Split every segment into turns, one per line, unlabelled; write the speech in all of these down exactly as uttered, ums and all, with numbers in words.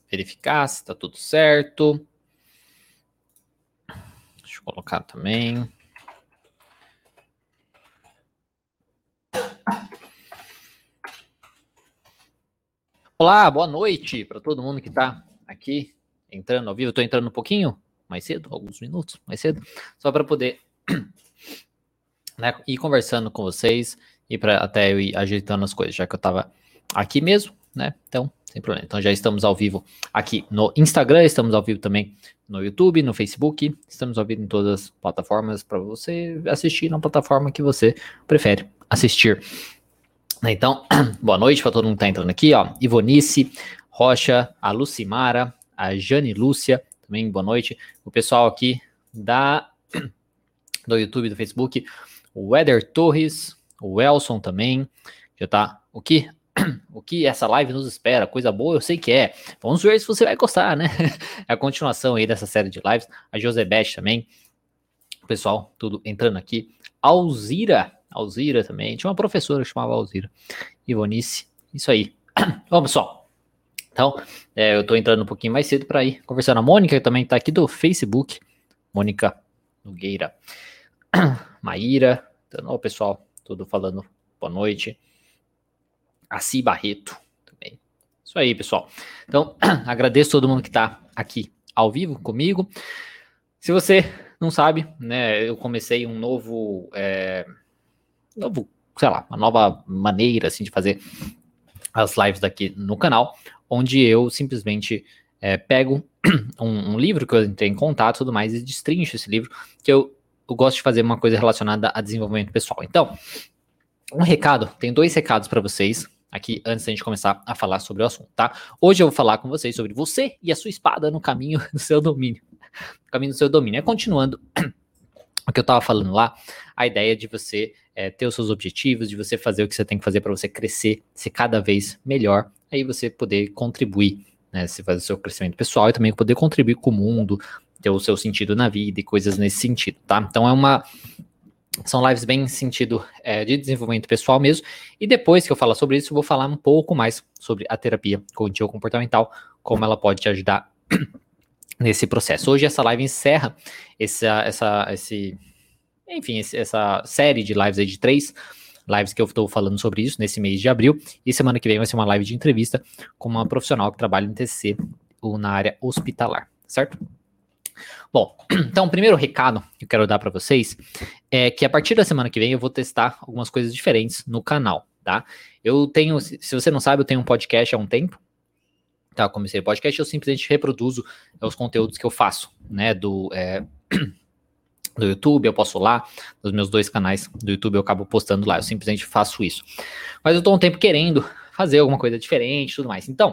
verificar se tá tudo certo. Deixa eu colocar também. Olá, boa noite para todo mundo que tá aqui entrando ao vivo. Eu tô entrando um pouquinho mais cedo, alguns minutos mais cedo, só para poder, né, ir conversando com vocês e para até eu ir ajeitando as coisas, já que eu tava aqui mesmo, né? Então, sem problema. Então já estamos ao vivo aqui no Instagram, estamos ao vivo também no YouTube, no Facebook, estamos ao vivo em todas as plataformas para você assistir na plataforma que você prefere assistir. Então, boa noite para todo mundo que tá entrando aqui, ó. Ivonice, Rocha, a Lucimara, a Jane Lúcia, também boa noite. O pessoal aqui da do YouTube, do Facebook, o Eder Torres, o Elson também, já tá, o que, o que essa live nos espera, coisa boa, eu sei que é, vamos ver se você vai gostar, né, é a continuação aí dessa série de lives, a Josebete também, o pessoal tudo entrando aqui, Alzira, Alzira também, tinha uma professora que chamava Alzira, Ivonice, isso aí, bom pessoal, então, é, eu tô entrando um pouquinho mais cedo para ir conversando, a Mônica também tá aqui do Facebook, Mônica Nogueira, Maíra, então, ó, o pessoal tudo falando boa noite, Assi Barreto também, isso aí pessoal, então agradeço todo mundo que tá aqui ao vivo comigo. Se você não sabe, né, eu comecei um novo, é, novo, sei lá, uma nova maneira assim de fazer as lives daqui no canal, onde eu simplesmente é, pego um, um livro que eu entrei em contato e tudo mais e destrincho esse livro, que eu eu gosto de fazer uma coisa relacionada a desenvolvimento pessoal. Então, um recado, tem dois recados para vocês aqui antes da gente começar a falar sobre o assunto, tá? Hoje eu vou falar com vocês sobre você e a sua espada no caminho do seu domínio. No caminho do seu domínio. É continuando o que eu tava falando lá, a ideia de você é, ter os seus objetivos, de você fazer o que você tem que fazer para você crescer, ser cada vez melhor, aí você poder contribuir, né? Você fazer o seu crescimento pessoal e também poder contribuir com o mundo, ter o seu sentido na vida e coisas nesse sentido, tá? Então é uma... São lives bem em sentido é, de desenvolvimento pessoal mesmo. E depois que eu falar sobre isso, eu vou falar um pouco mais sobre a terapia cognitivo-comportamental, como ela pode te ajudar nesse processo. Hoje essa live encerra essa, essa, esse, enfim, esse, essa série de lives aí de três lives que eu estou falando sobre isso nesse mês de abril. E semana que vem vai ser uma live de entrevista com uma profissional que trabalha em T C C ou na área hospitalar, certo? Bom, então o primeiro recado que eu quero dar para vocês é que a partir da semana que vem eu vou testar algumas coisas diferentes no canal, tá? Eu tenho, se você não sabe, eu tenho um podcast há um tempo, tá? Eu comecei o podcast, eu simplesmente reproduzo os conteúdos que eu faço, né, do, é, do YouTube, eu posto lá, nos meus dois canais do YouTube eu acabo postando lá, eu simplesmente faço isso. Mas eu tô um tempo querendo fazer alguma coisa diferente e tudo mais, então,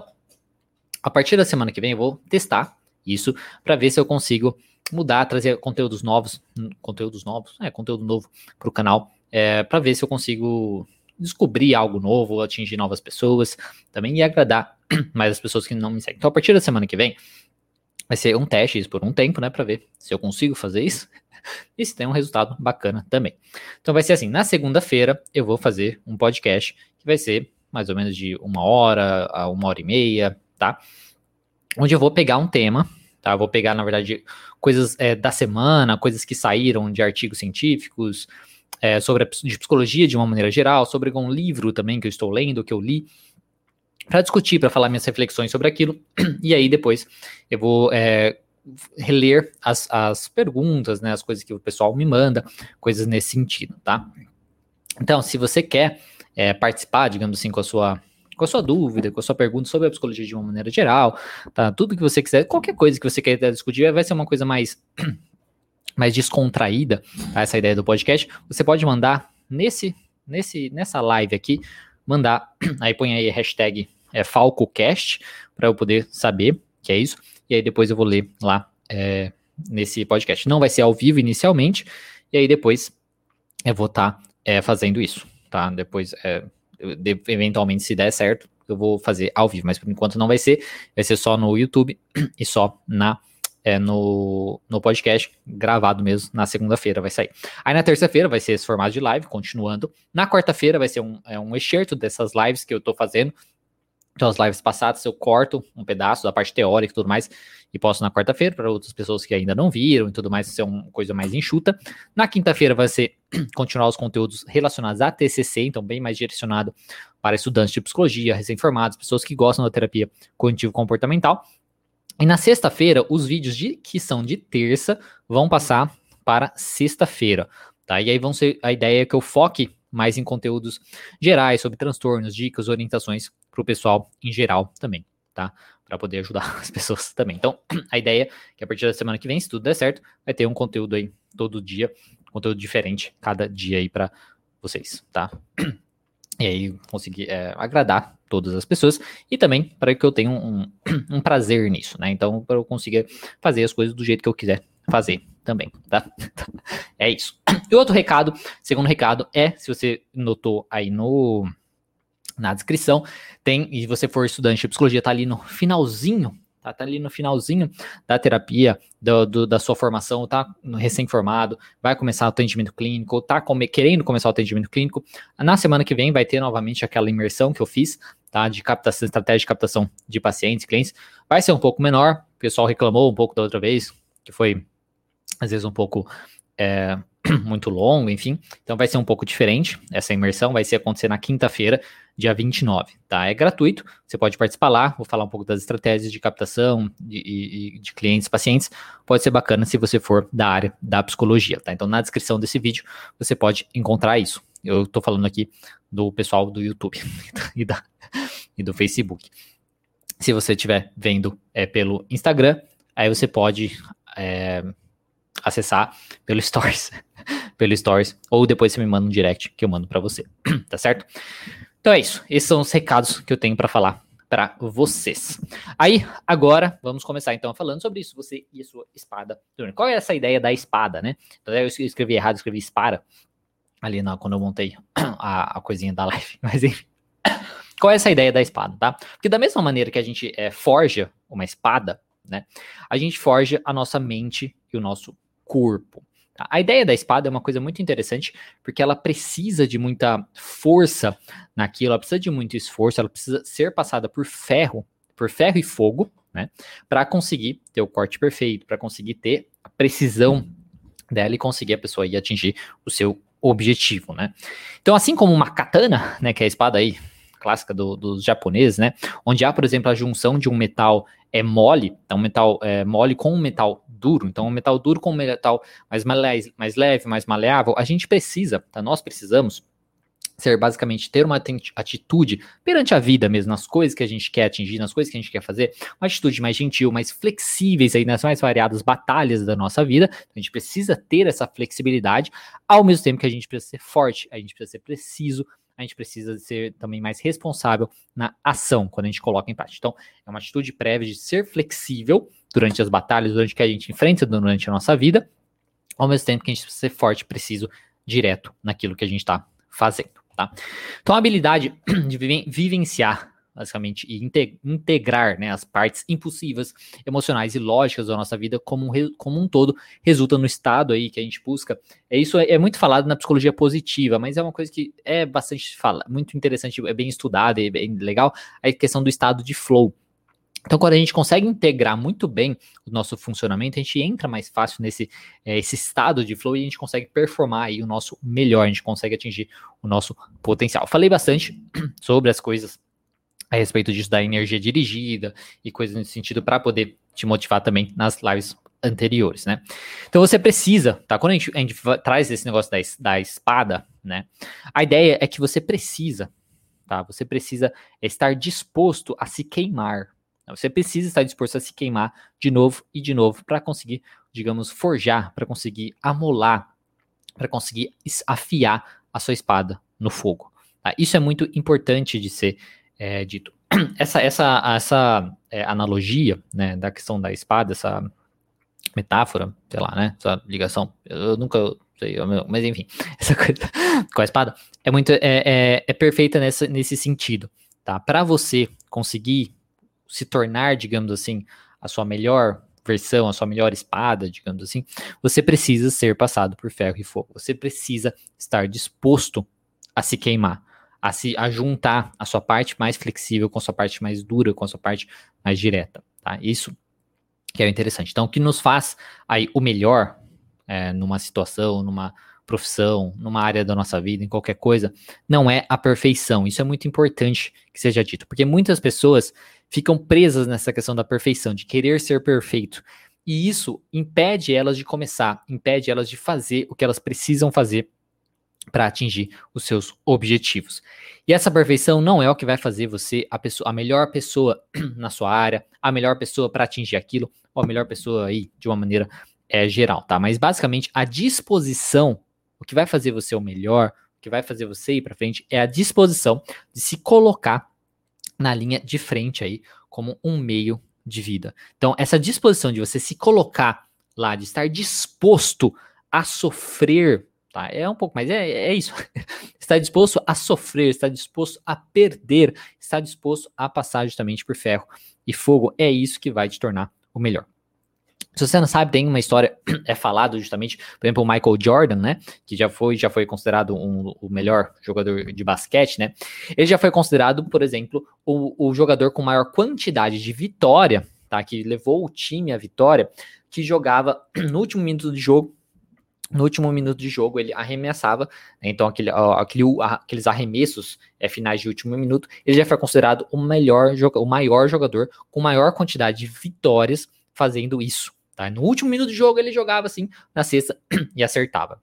a partir da semana que vem eu vou testar isso para ver se eu consigo mudar, trazer conteúdos novos, conteúdos novos, é, conteúdo novo para o canal, é, para ver se eu consigo descobrir algo novo, atingir novas pessoas também e agradar mais as pessoas que não me seguem. Então, a partir da semana que vem, vai ser um teste isso por um tempo, né, para ver se eu consigo fazer isso e se tem um resultado bacana também. Então, vai ser assim, na segunda-feira eu vou fazer um podcast que vai ser mais ou menos de uma hora a uma hora e meia, tá? Onde eu vou pegar um tema, tá? Eu vou pegar, na verdade, coisas é, da semana, coisas que saíram de artigos científicos, é, sobre a, de psicologia de uma maneira geral, sobre um livro também que eu estou lendo, que eu li, para discutir, para falar minhas reflexões sobre aquilo, e aí depois eu vou é, reler as, as perguntas, né, as coisas que o pessoal me manda, coisas nesse sentido, tá? Então, se você quer é, participar, digamos assim, com a sua... com a sua dúvida, com a sua pergunta sobre a psicologia de uma maneira geral, tá? Tudo que você quiser, qualquer coisa que você queira discutir, vai ser uma coisa mais, mais descontraída, tá? Essa ideia do podcast, você pode mandar nesse, nesse, nessa live aqui, mandar, aí põe aí a hashtag é, FalcoCast, para eu poder saber que é isso, e aí depois eu vou ler lá é, nesse podcast. Não vai ser ao vivo inicialmente, e aí depois eu vou estar tá, é, fazendo isso, tá? Depois... É, De, eventualmente, se der certo, eu vou fazer ao vivo, mas por enquanto não vai ser, vai ser só no YouTube e só na, é, no, no podcast, gravado mesmo, na segunda-feira vai sair. Aí na terça-feira vai ser esse formato de live, continuando. Na quarta-feira vai ser um, é, um excerto dessas lives que eu tô fazendo, Então, as lives passadas eu corto um pedaço da parte teórica e tudo mais e posto na quarta-feira para outras pessoas que ainda não viram e tudo mais, ser uma coisa mais enxuta. Na quinta-feira vai ser continuar os conteúdos relacionados à T C C, então bem mais direcionado para estudantes de psicologia, recém-formados, pessoas que gostam da terapia cognitivo-comportamental. E na sexta-feira, os vídeos de, que são de terça vão passar para sexta-feira, tá? E aí vão ser, a ideia é que eu foque mais em conteúdos gerais, sobre transtornos, dicas, orientações para o pessoal em geral também, tá? Para poder ajudar as pessoas também. Então, a ideia é que a partir da semana que vem, se tudo der certo, vai ter um conteúdo aí todo dia, conteúdo diferente cada dia aí para vocês, tá? E aí conseguir é, agradar todas as pessoas e também para que eu tenha um, um prazer nisso, né? Então, para eu conseguir fazer as coisas do jeito que eu quiser fazer também, tá? É isso. E outro recado, segundo recado, é, se você notou aí no, na descrição, tem, e você for estudante de psicologia, tá ali no finalzinho, tá, tá ali no finalzinho da terapia, do, do, da sua formação, tá recém-formado, vai começar o atendimento clínico, tá come, querendo começar o atendimento clínico, na semana que vem vai ter novamente aquela imersão que eu fiz, tá, de captação, estratégia de captação de pacientes, clientes, vai ser um pouco menor, o pessoal reclamou um pouco da outra vez, que foi, às vezes, um pouco é, muito longo, enfim, então vai ser um pouco diferente, essa imersão vai ser acontecer na quinta-feira, dia vinte e nove, tá? É gratuito, você pode participar lá, vou falar um pouco das estratégias de captação de, de, de clientes, pacientes, pode ser bacana se você for da área da psicologia, tá? Então, na descrição desse vídeo, você pode encontrar isso. Eu tô falando aqui do pessoal do YouTube e, da, e do Facebook. Se você estiver vendo é, pelo Instagram, aí você pode é, acessar pelo Stories, pelo Stories, ou depois você me manda um direct que eu mando para você, tá certo? Então é isso, esses são os recados que eu tenho para falar para vocês. Aí, agora, vamos começar então falando sobre isso, você e a sua espada. Qual é essa ideia da espada, né? Então, eu escrevi errado, eu escrevi espada, ali na, quando eu montei a, a coisinha da live, mas enfim. Qual é essa ideia da espada, tá? Porque da mesma maneira que a gente é, forja uma espada, né? A gente forja a nossa mente e o nosso corpo. A ideia da espada é uma coisa muito interessante, porque ela precisa de muita força naquilo, ela precisa de muito esforço, ela precisa ser passada por ferro, por ferro e fogo, né, para conseguir ter o corte perfeito, para conseguir ter a precisão dela e conseguir a pessoa ir atingir o seu objetivo, né. Então, assim como uma katana, né, que é a espada aí, clássica do, dos japoneses, né, onde há, por exemplo, a junção de um metal é mole, então um metal é, mole com um metal duro, então um metal duro com um metal mais, mais, mais leve, mais maleável, a gente precisa, tá? Nós precisamos ser basicamente ter uma atitude perante a vida mesmo, nas coisas que a gente quer atingir, nas coisas que a gente quer fazer, uma atitude mais gentil, mais flexíveis aí nas mais variadas batalhas da nossa vida, a gente precisa ter essa flexibilidade, ao mesmo tempo que a gente precisa ser forte, a gente precisa ser preciso, a gente precisa ser também mais responsável na ação, quando a gente coloca em prática. Então, é uma atitude prévia de ser flexível durante as batalhas, durante o que a gente enfrenta durante a nossa vida, ao mesmo tempo que a gente precisa ser forte, preciso, direto naquilo que a gente está fazendo, tá? Então, a habilidade de vivenciar, basicamente, e integrar, né, as partes impulsivas, emocionais e lógicas da nossa vida como um, como um todo, resulta no estado aí que a gente busca. É, isso é, é muito falado na psicologia positiva, mas é uma coisa que é bastante fala, muito interessante, é bem estudada, é bem legal, a questão do estado de flow. Então, quando a gente consegue integrar muito bem o nosso funcionamento, a gente entra mais fácil nesse é, esse estado de flow e a gente consegue performar aí o nosso melhor, a gente consegue atingir o nosso potencial. Falei bastante sobre as coisas a respeito disso, da energia dirigida e coisas nesse sentido, para poder te motivar também nas lives anteriores, né? Então você precisa, tá? Quando a gente, a gente traz esse negócio da, da espada, né? A ideia é que você precisa, tá? Você precisa estar disposto a se queimar. Você precisa estar disposto a se queimar de novo e de novo para conseguir, digamos, forjar, para conseguir amolar, para conseguir afiar a sua espada no fogo. Tá? Isso é muito importante de ser É, dito. Essa, essa, essa é, analogia, né, da questão da espada, essa metáfora, sei lá, né, essa ligação, eu nunca sei, mas enfim, essa coisa com a espada é muito, é, é, é perfeita nessa, nesse sentido, tá? Para você conseguir se tornar, digamos assim, a sua melhor versão, a sua melhor espada, digamos assim, você precisa ser passado por ferro e fogo, você precisa estar disposto a se queimar, a, se, a juntar a sua parte mais flexível com a sua parte mais dura, com a sua parte mais direta, tá? Isso que é interessante. Então, o que nos faz aí o melhor é, numa situação, numa profissão, numa área da nossa vida, em qualquer coisa, não é a perfeição. Isso é muito importante que seja dito, porque muitas pessoas ficam presas nessa questão da perfeição, de querer ser perfeito. E isso impede elas de começar, impede elas de fazer o que elas precisam fazer para atingir os seus objetivos. E essa perfeição não é o que vai fazer você a, pessoa, a melhor pessoa na sua área, a melhor pessoa para atingir aquilo, ou a melhor pessoa aí de uma maneira é, geral, tá? Mas basicamente a disposição, o que vai fazer você o melhor, o que vai fazer você ir para frente é a disposição de se colocar na linha de frente aí como um meio de vida. Então essa disposição de você se colocar lá, de estar disposto a sofrer, tá? É um pouco, mas é, é isso. Está disposto a sofrer, está disposto a perder, está disposto a passar justamente por ferro e fogo. É isso que vai te tornar o melhor. Se você não sabe, tem uma história, é falado justamente, por exemplo, o Michael Jordan, né, que já foi, já foi considerado um, o melhor jogador de basquete, né, ele já foi considerado, por exemplo, o, o jogador com maior quantidade de vitória, tá, que levou o time à vitória, que jogava no último minuto de jogo, no último minuto de jogo ele arremessava, né, então aquele, aquele, aqueles arremessos é, finais de último minuto, ele já foi considerado o melhor, o maior jogador com maior quantidade de vitórias fazendo isso. Tá? No último minuto de jogo ele jogava assim na cesta e acertava.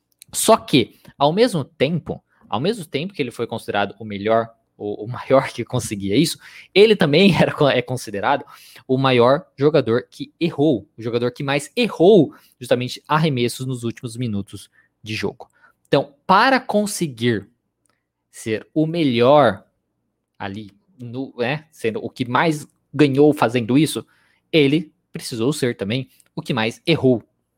Só que, ao mesmo tempo, ao mesmo tempo que ele foi considerado o melhor, o, o maior que conseguia isso, ele também era, é considerado o maior jogador que errou, o jogador que mais errou justamente arremessos nos últimos minutos de jogo. Então, para conseguir ser o melhor ali, no, né, sendo o que mais ganhou fazendo isso, ele precisou ser também o que mais errou,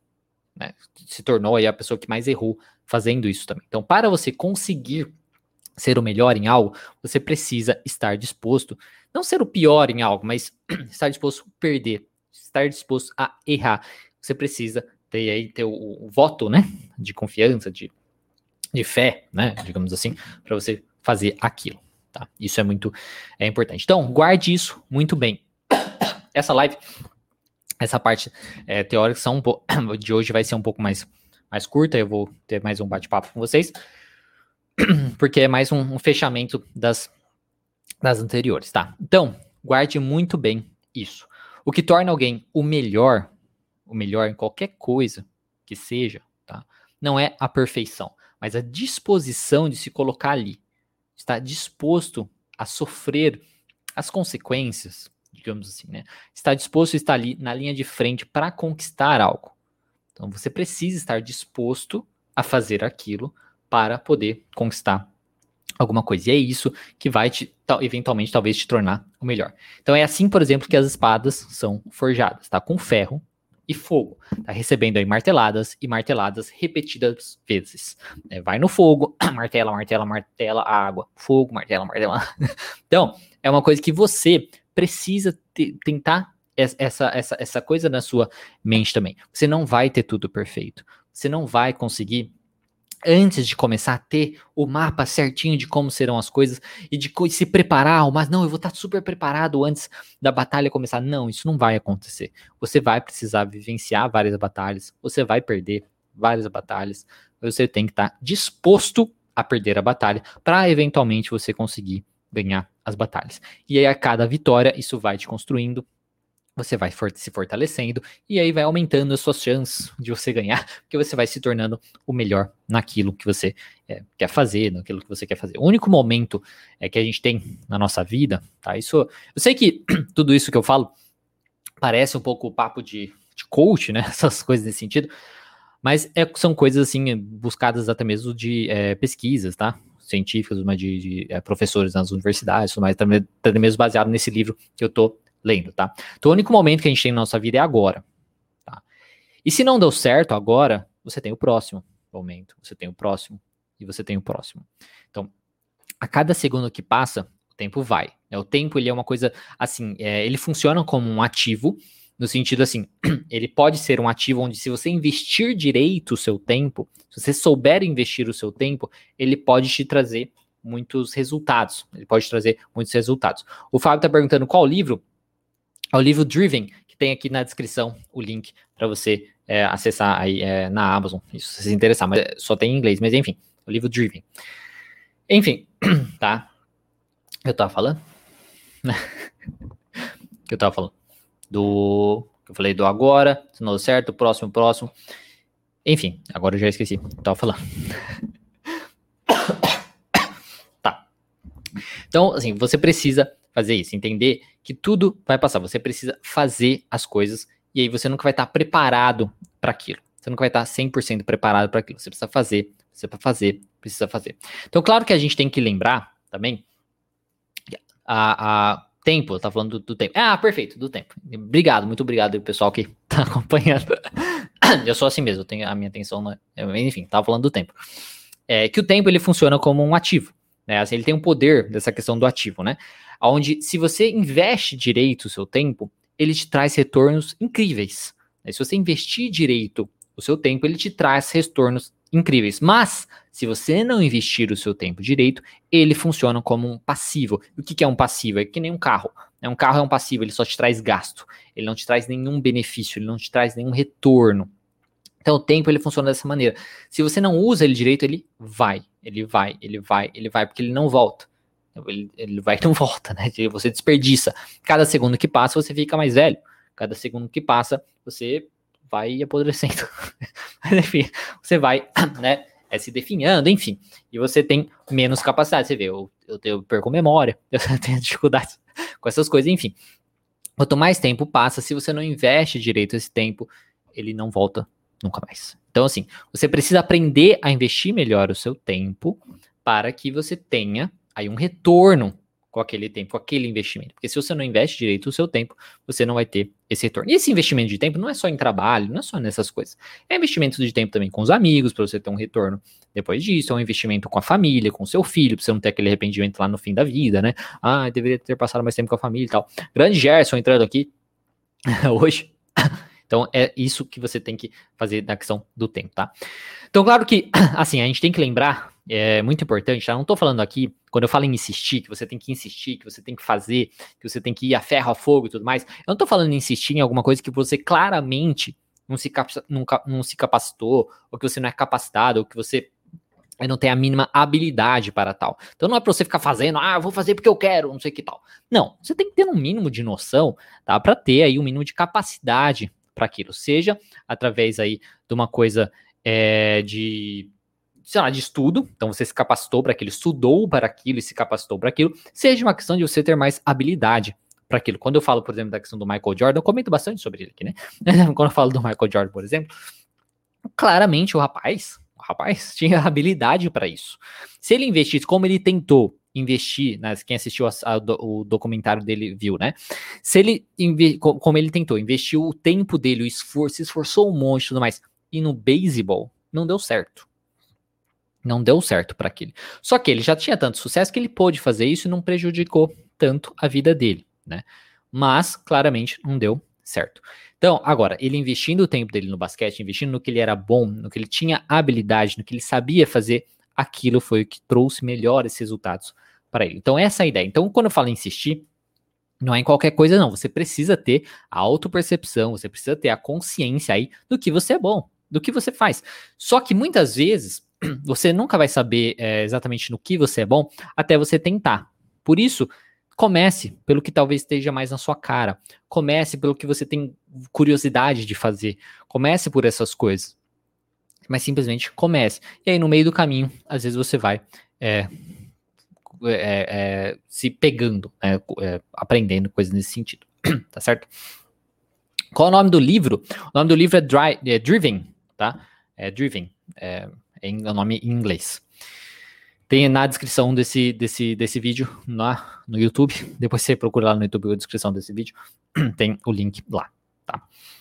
né? Se tornou aí a pessoa que mais errou fazendo isso também. Então, para você conseguir ser o melhor em algo, você precisa estar disposto, não ser o pior em algo, mas estar disposto a perder, estar disposto a errar. Você precisa ter aí ter o, o voto, né, de confiança, de, de fé, né, digamos assim, para você fazer aquilo, tá? Isso é muito é importante. Então, guarde isso muito bem. Essa live, essa parte é, teórica são um po- de hoje vai ser um pouco mais, mais curta, eu vou ter mais um bate-papo com vocês, porque é mais um, um fechamento das, das anteriores, tá? Então, guarde muito bem isso. O que torna alguém o melhor, o melhor em qualquer coisa que seja, tá? Não é a perfeição, mas a disposição de se colocar ali, estar disposto a sofrer as consequências, digamos assim, né? Está disposto a estar ali na linha de frente para conquistar algo. Então você precisa estar disposto a fazer aquilo para poder conquistar alguma coisa. E é isso que vai te, eventualmente, talvez te tornar o melhor. Então é assim, por exemplo, que as espadas são forjadas, tá? Com ferro e fogo, tá? Recebendo aí marteladas e marteladas repetidas vezes. É, vai no fogo, martela, martela, martela, água, fogo, martela, martela. Então, é uma coisa que você precisa te, tentar essa, essa, essa coisa na sua mente também. Você não vai ter tudo perfeito. Você não vai conseguir, antes de começar a ter o mapa certinho de como serão as coisas e de se preparar, mas não, eu vou estar super preparado antes da batalha começar. Não, isso não vai acontecer. Você vai precisar vivenciar várias batalhas, você vai perder várias batalhas, você tem que estar disposto a perder a batalha para eventualmente você conseguir ganhar as batalhas. E aí a cada vitória isso vai te construindo, você vai for- se fortalecendo e aí vai aumentando as suas chances de você ganhar, porque você vai se tornando o melhor naquilo que você é, quer fazer, naquilo que você quer fazer. O único momento é, que a gente tem na nossa vida, tá? Isso, eu sei que tudo isso que eu falo parece um pouco papo de, de coach, né? Essas coisas nesse sentido, mas é, são coisas assim buscadas até mesmo de é, pesquisas, tá? Científicas, uma de, de é, professores nas universidades, mas também, também mesmo baseado nesse livro que eu tô lendo, tá? Então o único momento que a gente tem na nossa vida é agora, tá? E se não deu certo agora, você tem o próximo momento, você tem o próximo e você tem o próximo. Então, a cada segundo que passa, o tempo vai. Né? O tempo, ele é uma coisa, assim, é, ele funciona como um ativo, no sentido assim, ele pode ser um ativo onde se você investir direito o seu tempo, se você souber investir o seu tempo, ele pode te trazer muitos resultados. Ele pode trazer muitos resultados. O Fábio está perguntando qual livro. É o livro Driven, que tem aqui na descrição o link para você é, acessar aí é, na Amazon, isso, se você se interessar, mas só tem em inglês, mas enfim, o livro Driven. Enfim, tá? Eu tava falando? que eu tava falando? Do... Eu falei do agora, se não deu certo, próximo, próximo. Enfim, agora eu já esqueci. Eu tava falando. Tá. Então, assim, você precisa fazer isso, entender que tudo vai passar. Você precisa fazer as coisas e aí você nunca vai estar preparado para aquilo. Você nunca vai estar cem por cento preparado para aquilo. Você precisa fazer, precisa fazer, precisa fazer. Então, claro que a gente tem que lembrar também a... a tempo, tá falando do, do tempo. Ah, perfeito, do tempo. Obrigado, muito obrigado aí, pessoal que tá acompanhando. Eu sou assim mesmo, eu tenho a minha atenção, na... enfim, tava falando do tempo. É que o tempo, ele funciona como um ativo, né? Assim, ele tem um poder dessa questão do ativo, né? Onde, se você investe direito o seu tempo, ele te traz retornos incríveis. Né? Se você investir direito o seu tempo, ele te traz retornos incríveis. Mas, se você não investir o seu tempo direito, ele funciona como um passivo. O que, que é um passivo? É que nem um carro. Né? Um carro é um passivo, ele só te traz gasto. Ele não te traz nenhum benefício, ele não te traz nenhum retorno. Então, o tempo, ele funciona dessa maneira. Se você não usa ele direito, ele vai, ele vai, ele vai, ele vai, porque ele não volta. Ele, ele vai e não volta, né? Você desperdiça. Cada segundo que passa, você fica mais velho. Cada segundo que passa, você vai apodrecendo. Mas, enfim, você vai, né, é, se definhando, enfim. E você tem menos capacidade. Você vê, eu, eu, eu perco memória, eu tenho dificuldades com essas coisas, enfim. Quanto mais tempo passa, se você não investe direito esse tempo, ele não volta nunca mais. Então, assim, você precisa aprender a investir melhor o seu tempo para que você tenha aí um retorno com aquele tempo, com aquele investimento. Porque se você não investe direito o seu tempo, você não vai ter esse retorno. E esse investimento de tempo não é só em trabalho, não é só nessas coisas. É investimento de tempo também com os amigos, para você ter um retorno depois disso. É um investimento com a família, com o seu filho, para você não ter aquele arrependimento lá no fim da vida, né? Ah, deveria ter passado mais tempo com a família e tal. Grande Gerson entrando aqui hoje. Então, é isso que você tem que fazer na questão do tempo, tá? Então, claro que, assim, a gente tem que lembrar, é muito importante, tá? Eu não tô falando aqui, quando eu falo em insistir, que você tem que insistir, que você tem que fazer, que você tem que ir a ferro, a fogo e tudo mais. Eu não tô falando em insistir em alguma coisa que você claramente não se, cap- não, não se capacitou, ou que você não é capacitado, ou que você não tem a mínima habilidade para tal. Então não é para você ficar fazendo, ah, eu vou fazer porque eu quero, não sei o que tal. Não, você tem que ter um mínimo de noção, tá? Para ter aí um mínimo de capacidade para aquilo, seja através aí de uma coisa é, de, sei lá, de estudo, então você se capacitou para aquilo, estudou para aquilo e se capacitou para aquilo, seja uma questão de você ter mais habilidade para aquilo. Quando eu falo, por exemplo, da questão do Michael Jordan, eu comento bastante sobre ele aqui, né? Quando eu falo do Michael Jordan, por exemplo, claramente o rapaz, o rapaz tinha habilidade para isso. Se ele investisse como ele tentou investir, né, quem assistiu a, a, o documentário dele viu, né? Se ele, como ele tentou, investiu o tempo dele, o esforço, se esforçou um monte e tudo mais, e no beisebol não deu certo. Não deu certo para aquele. Só que ele já tinha tanto sucesso que ele pôde fazer isso e não prejudicou tanto a vida dele, né? Mas, claramente, não deu certo. Então, agora, ele investindo o tempo dele no basquete, investindo no que ele era bom, no que ele tinha habilidade, no que ele sabia fazer, aquilo foi o que trouxe melhores resultados para ele. Então, essa é a ideia. Então, quando eu falo em insistir, não é em qualquer coisa, não. Você precisa ter a autopercepção, você precisa ter a consciência aí do que você é bom, do que você faz. Só que muitas vezes, você nunca vai saber é, exatamente no que você é bom até você tentar. Por isso, comece pelo que talvez esteja mais na sua cara. Comece pelo que você tem curiosidade de fazer. Comece por essas coisas. Mas simplesmente comece. E aí, no meio do caminho, às vezes você vai é, é, é, se pegando, né, é, aprendendo coisas nesse sentido. Tá certo? Qual é o nome do livro? O nome do livro é, Dri- é Driven, tá? É Driven. É, é o nome em inglês. Tem na descrição desse, desse, desse vídeo na, no YouTube. Depois você procura lá no YouTube a descrição desse vídeo. Tem o link lá, tá?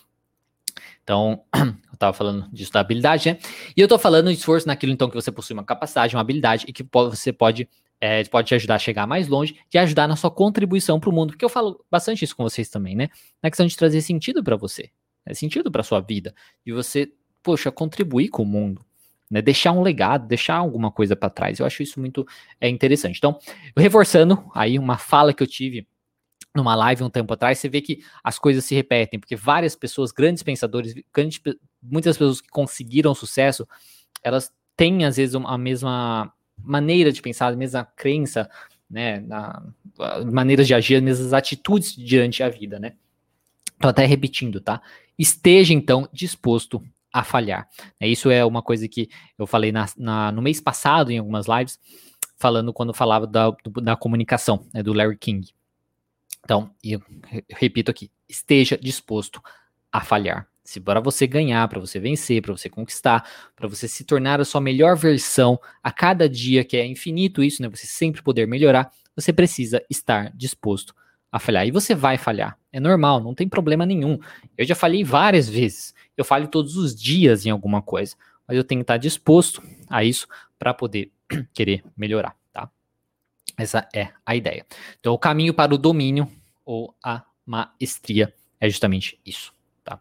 Então, eu tava falando disso da habilidade, né? E eu tô falando de esforço naquilo, então, que você possui uma capacidade, uma habilidade e que você pode, é, pode te ajudar a chegar mais longe, te ajudar na sua contribuição pro mundo. Porque eu falo bastante isso com vocês também, né? Na questão de trazer sentido para você, né? Sentido para sua vida. E você, poxa, contribuir com o mundo. né? Deixar um legado, deixar alguma coisa para trás. Eu acho isso muito é, interessante. Então, reforçando aí uma fala que eu tive numa live um tempo atrás, você vê que as coisas se repetem, porque várias pessoas, grandes pensadores, grandes, muitas pessoas que conseguiram sucesso, elas têm, às vezes, a mesma maneira de pensar, a mesma crença, né, na, maneiras de agir, as mesmas atitudes diante da vida, né? Então, até repetindo, tá? Esteja, então, disposto a falhar. Isso é uma coisa que eu falei na, na, no mês passado, em algumas lives, falando quando falava da, da comunicação, né, do Larry King. Então, eu repito aqui, esteja disposto a falhar. Se para você ganhar, para você vencer, para você conquistar, para você se tornar a sua melhor versão a cada dia, que é infinito isso, né? Você sempre poder melhorar, você precisa estar disposto a falhar. E você vai falhar, é normal, não tem problema nenhum. Eu já falhei várias vezes, eu falho todos os dias em alguma coisa, mas eu tenho que estar disposto a isso para poder querer melhorar, tá? Essa é a ideia. Então, o caminho para o domínio ou a maestria é justamente isso, tá?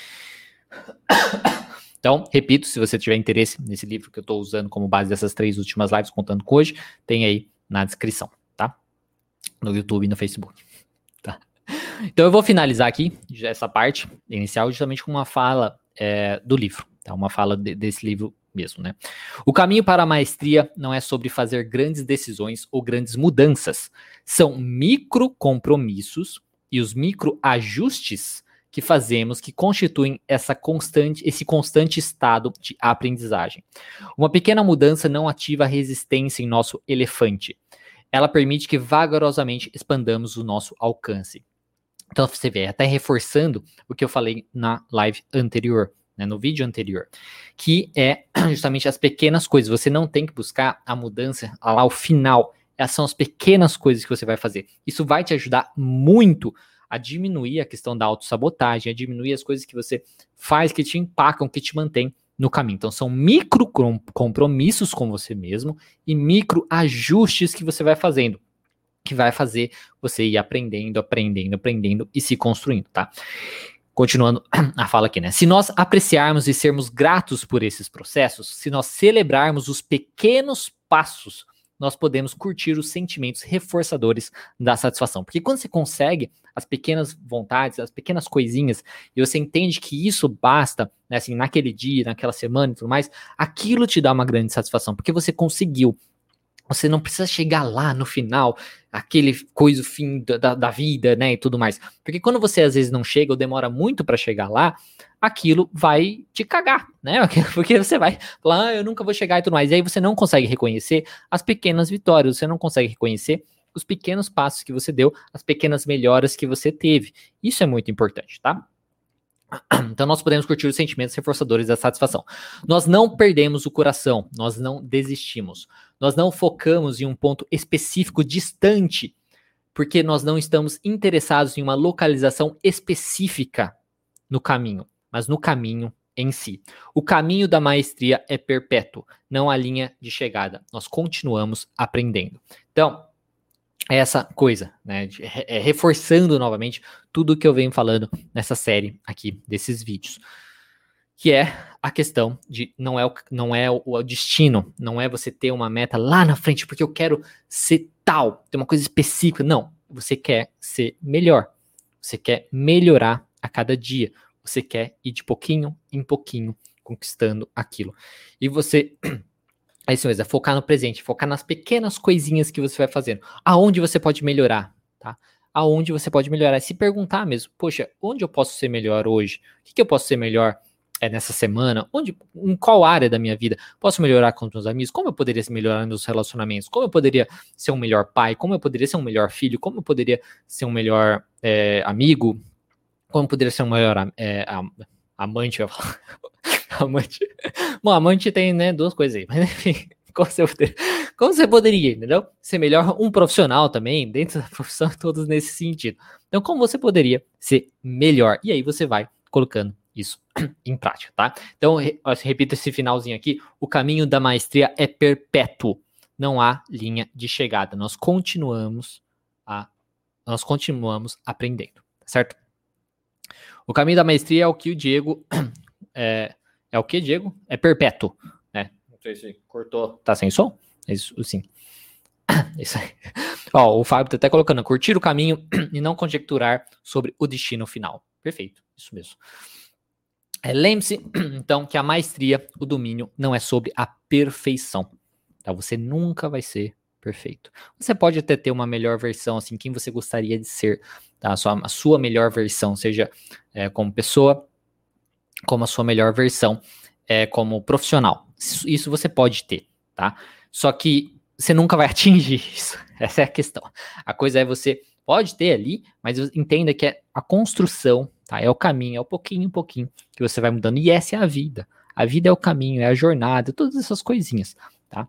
Então, repito, se você tiver interesse nesse livro que eu estou usando como base dessas três últimas lives, contando com hoje, tem aí na descrição, tá? No YouTube e no Facebook, tá? Então, eu vou finalizar aqui essa parte inicial justamente com uma fala é, do livro, tá? Uma fala de, desse livro mesmo, né? O caminho para a maestria não é sobre fazer grandes decisões ou grandes mudanças. São micro compromissos e os micro ajustes que fazemos que constituem essa constante, esse constante estado de aprendizagem. Uma pequena mudança não ativa a resistência em nosso elefante. Ela permite que vagarosamente expandamos o nosso alcance. Então você vê, até reforçando o que eu falei na live anterior, né, no vídeo anterior, que é justamente as pequenas coisas. Você não tem que buscar a mudança lá ao final. Essas são as pequenas coisas que você vai fazer. Isso vai te ajudar muito a diminuir a questão da autossabotagem, a diminuir as coisas que você faz que te empacam, que te mantêm no caminho. Então são micro compromissos com você mesmo e micro ajustes que você vai fazendo, que vai fazer você ir aprendendo, aprendendo, aprendendo e se construindo, tá? Continuando a fala aqui, né? Se nós apreciarmos e sermos gratos por esses processos, se nós celebrarmos os pequenos passos, nós podemos curtir os sentimentos reforçadores da satisfação. Porque quando você consegue as pequenas vontades, as pequenas coisinhas, e você entende que isso basta, né, assim, naquele dia, naquela semana e tudo mais, aquilo te dá uma grande satisfação, porque você conseguiu. Você não precisa chegar lá no final, aquele coisa, o fim da, da vida, né, e tudo mais. Porque quando você às vezes não chega ou demora muito para chegar lá, aquilo vai te cagar, né? Porque você vai falar, ah, eu nunca vou chegar e tudo mais. E aí você não consegue reconhecer as pequenas vitórias, você não consegue reconhecer os pequenos passos que você deu, as pequenas melhoras que você teve. Isso é muito importante, tá? Então nós podemos curtir os sentimentos reforçadores da satisfação. Nós não perdemos o coração, nós não desistimos. Nós não focamos em um ponto específico distante, porque nós não estamos interessados em uma localização específica no caminho, mas no caminho em si. O caminho da maestria é perpétuo, não há linha de chegada. Nós continuamos aprendendo. Então, essa coisa, né, de, é, reforçando novamente tudo que eu venho falando nessa série aqui, desses vídeos, que é a questão de não é, o, não é o, o destino, não é você ter uma meta lá na frente, porque eu quero ser tal, ter uma coisa específica, não, você quer ser melhor, você quer melhorar a cada dia, você quer ir de pouquinho em pouquinho conquistando aquilo, e você... É isso mesmo, é focar no presente, focar nas pequenas coisinhas que você vai fazendo. Aonde você pode melhorar, tá? Aonde você pode melhorar. Se perguntar mesmo, poxa, onde eu posso ser melhor hoje? O que, que eu posso ser melhor é, nessa semana? Onde, em qual área da minha vida? Posso melhorar com os meus amigos? Como eu poderia melhorar nos relacionamentos? Como eu poderia ser um melhor pai? Como eu poderia ser um melhor filho? Como eu poderia ser um melhor é, amigo? Como eu poderia ser um melhor é, amante? Eu ia falar. Amante. Bom, amante tem, né, duas coisas aí, mas enfim, como você, poderia, como você poderia, entendeu? Ser melhor um profissional também, dentro da profissão, todos nesse sentido. Então, como você poderia ser melhor? E aí você vai colocando isso em prática, tá? Então, eu repito esse finalzinho aqui, o caminho da maestria é perpétuo, não há linha de chegada, nós continuamos a, nós continuamos aprendendo, certo? O caminho da maestria é o que o Diego... É, É o que, Diego? É perpétuo, né? sei se cortou. Tá sem som? Isso, sim. Isso aí. Ó, o Fábio tá até colocando, curtir o caminho e não conjecturar sobre o destino final. Perfeito, isso mesmo. É, lembre-se, então, que a maestria, o domínio, não é sobre a perfeição. Tá? Você nunca vai ser perfeito. Você pode até ter uma melhor versão, assim, quem você gostaria de ser, tá? A sua, a sua melhor versão, seja é, como pessoa, como a sua melhor versão é, como profissional. Isso, isso você pode ter, tá? Só que você nunca vai atingir isso. Essa é a questão. A coisa é você pode ter ali, mas entenda que é a construção, tá? É o caminho, é o pouquinho em pouquinho que você vai mudando. E essa é a vida. A vida é o caminho, é a jornada, todas essas coisinhas, tá?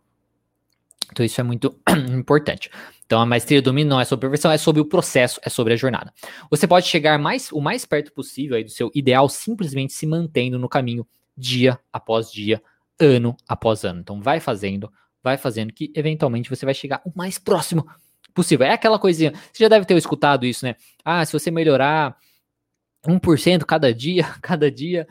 Então isso é muito importante. Então a maestria do domínio não é sobre a perfeição, é sobre o processo, é sobre a jornada. Você pode chegar mais, o mais perto possível aí do seu ideal simplesmente se mantendo no caminho dia após dia, ano após ano. Então vai fazendo, vai fazendo que eventualmente você vai chegar o mais próximo possível. É aquela coisinha, você já deve ter escutado isso, né? Ah, se você melhorar um por cento cada dia, cada dia,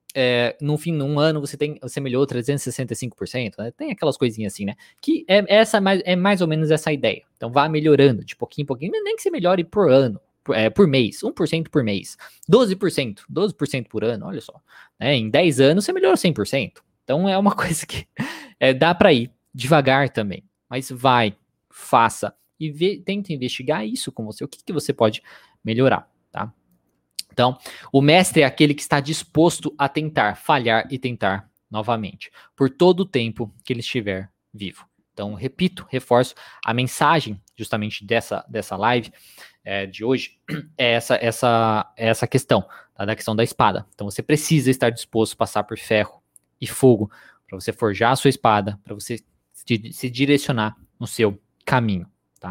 é, no fim, num ano, você tem, você melhorou trezentos e sessenta e cinco por cento, né? Tem aquelas coisinhas assim, né? Que é, essa, é mais ou menos essa ideia. Então, vá melhorando de pouquinho em pouquinho, nem que você melhore por ano, por, é, por mês, um por cento por mês, doze por cento, doze por cento por ano, olha só. Né? Em dez anos, você melhorou cem por cento. Então, é uma coisa que é, dá para ir devagar também. Mas vai, faça e vê, tenta investigar isso com você. O que, que você pode melhorar, tá? Então, o mestre é aquele que está disposto a tentar, falhar e tentar novamente, por todo o tempo que ele estiver vivo. Então, repito, reforço, a mensagem justamente dessa, dessa live é, de hoje é essa, essa, é essa questão, tá? Da questão da espada. Então, você precisa estar disposto a passar por ferro e fogo para você forjar a sua espada, para você se, se direcionar no seu caminho.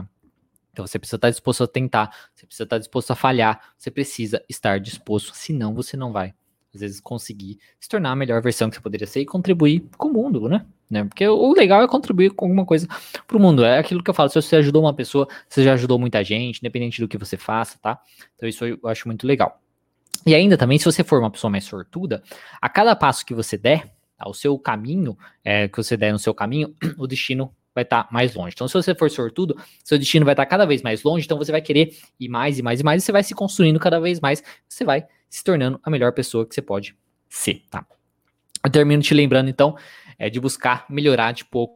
Então você precisa estar disposto a tentar, você precisa estar disposto a falhar, você precisa estar disposto, senão você não vai, às vezes, conseguir se tornar a melhor versão que você poderia ser e contribuir com o mundo, né? né? Porque o legal é contribuir com alguma coisa pro mundo. É aquilo que eu falo, se você ajudou uma pessoa, você já ajudou muita gente, independente do que você faça, tá? Então isso eu acho muito legal. E ainda também, se você for uma pessoa mais sortuda, a cada passo que você der, tá, o seu caminho, é, que você der no seu caminho, o destino vai estar tá mais longe. Então, se você for sortudo, seu destino vai estar tá cada vez mais longe, então você vai querer ir mais e mais e mais, e você vai se construindo cada vez mais, você vai se tornando a melhor pessoa que você pode ser, tá? Eu termino te lembrando, então, é, de buscar melhorar de pouco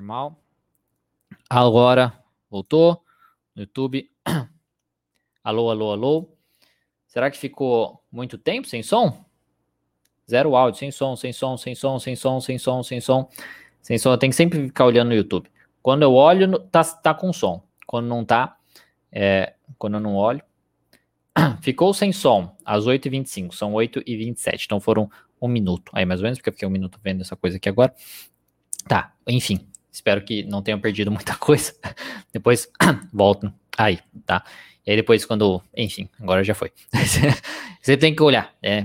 normal. Agora, voltou no YouTube. Alô, alô, alô. Será que ficou muito tempo sem som? Zero áudio, sem som, sem som, sem som, sem som, sem som, sem som. Sem som, eu tenho que sempre ficar olhando no YouTube. Quando eu olho, tá, tá com som. Quando não tá, é, quando eu não olho. Ficou sem som às oito e vinte e cinco, são oito e vinte e sete, então foram um minuto. Aí mais ou menos, porque eu fiquei um minuto vendo essa coisa aqui agora. Tá, enfim, espero que não tenham perdido muita coisa. Depois volto aí, tá? E aí depois quando, enfim, agora já foi. Você tem que olhar, é,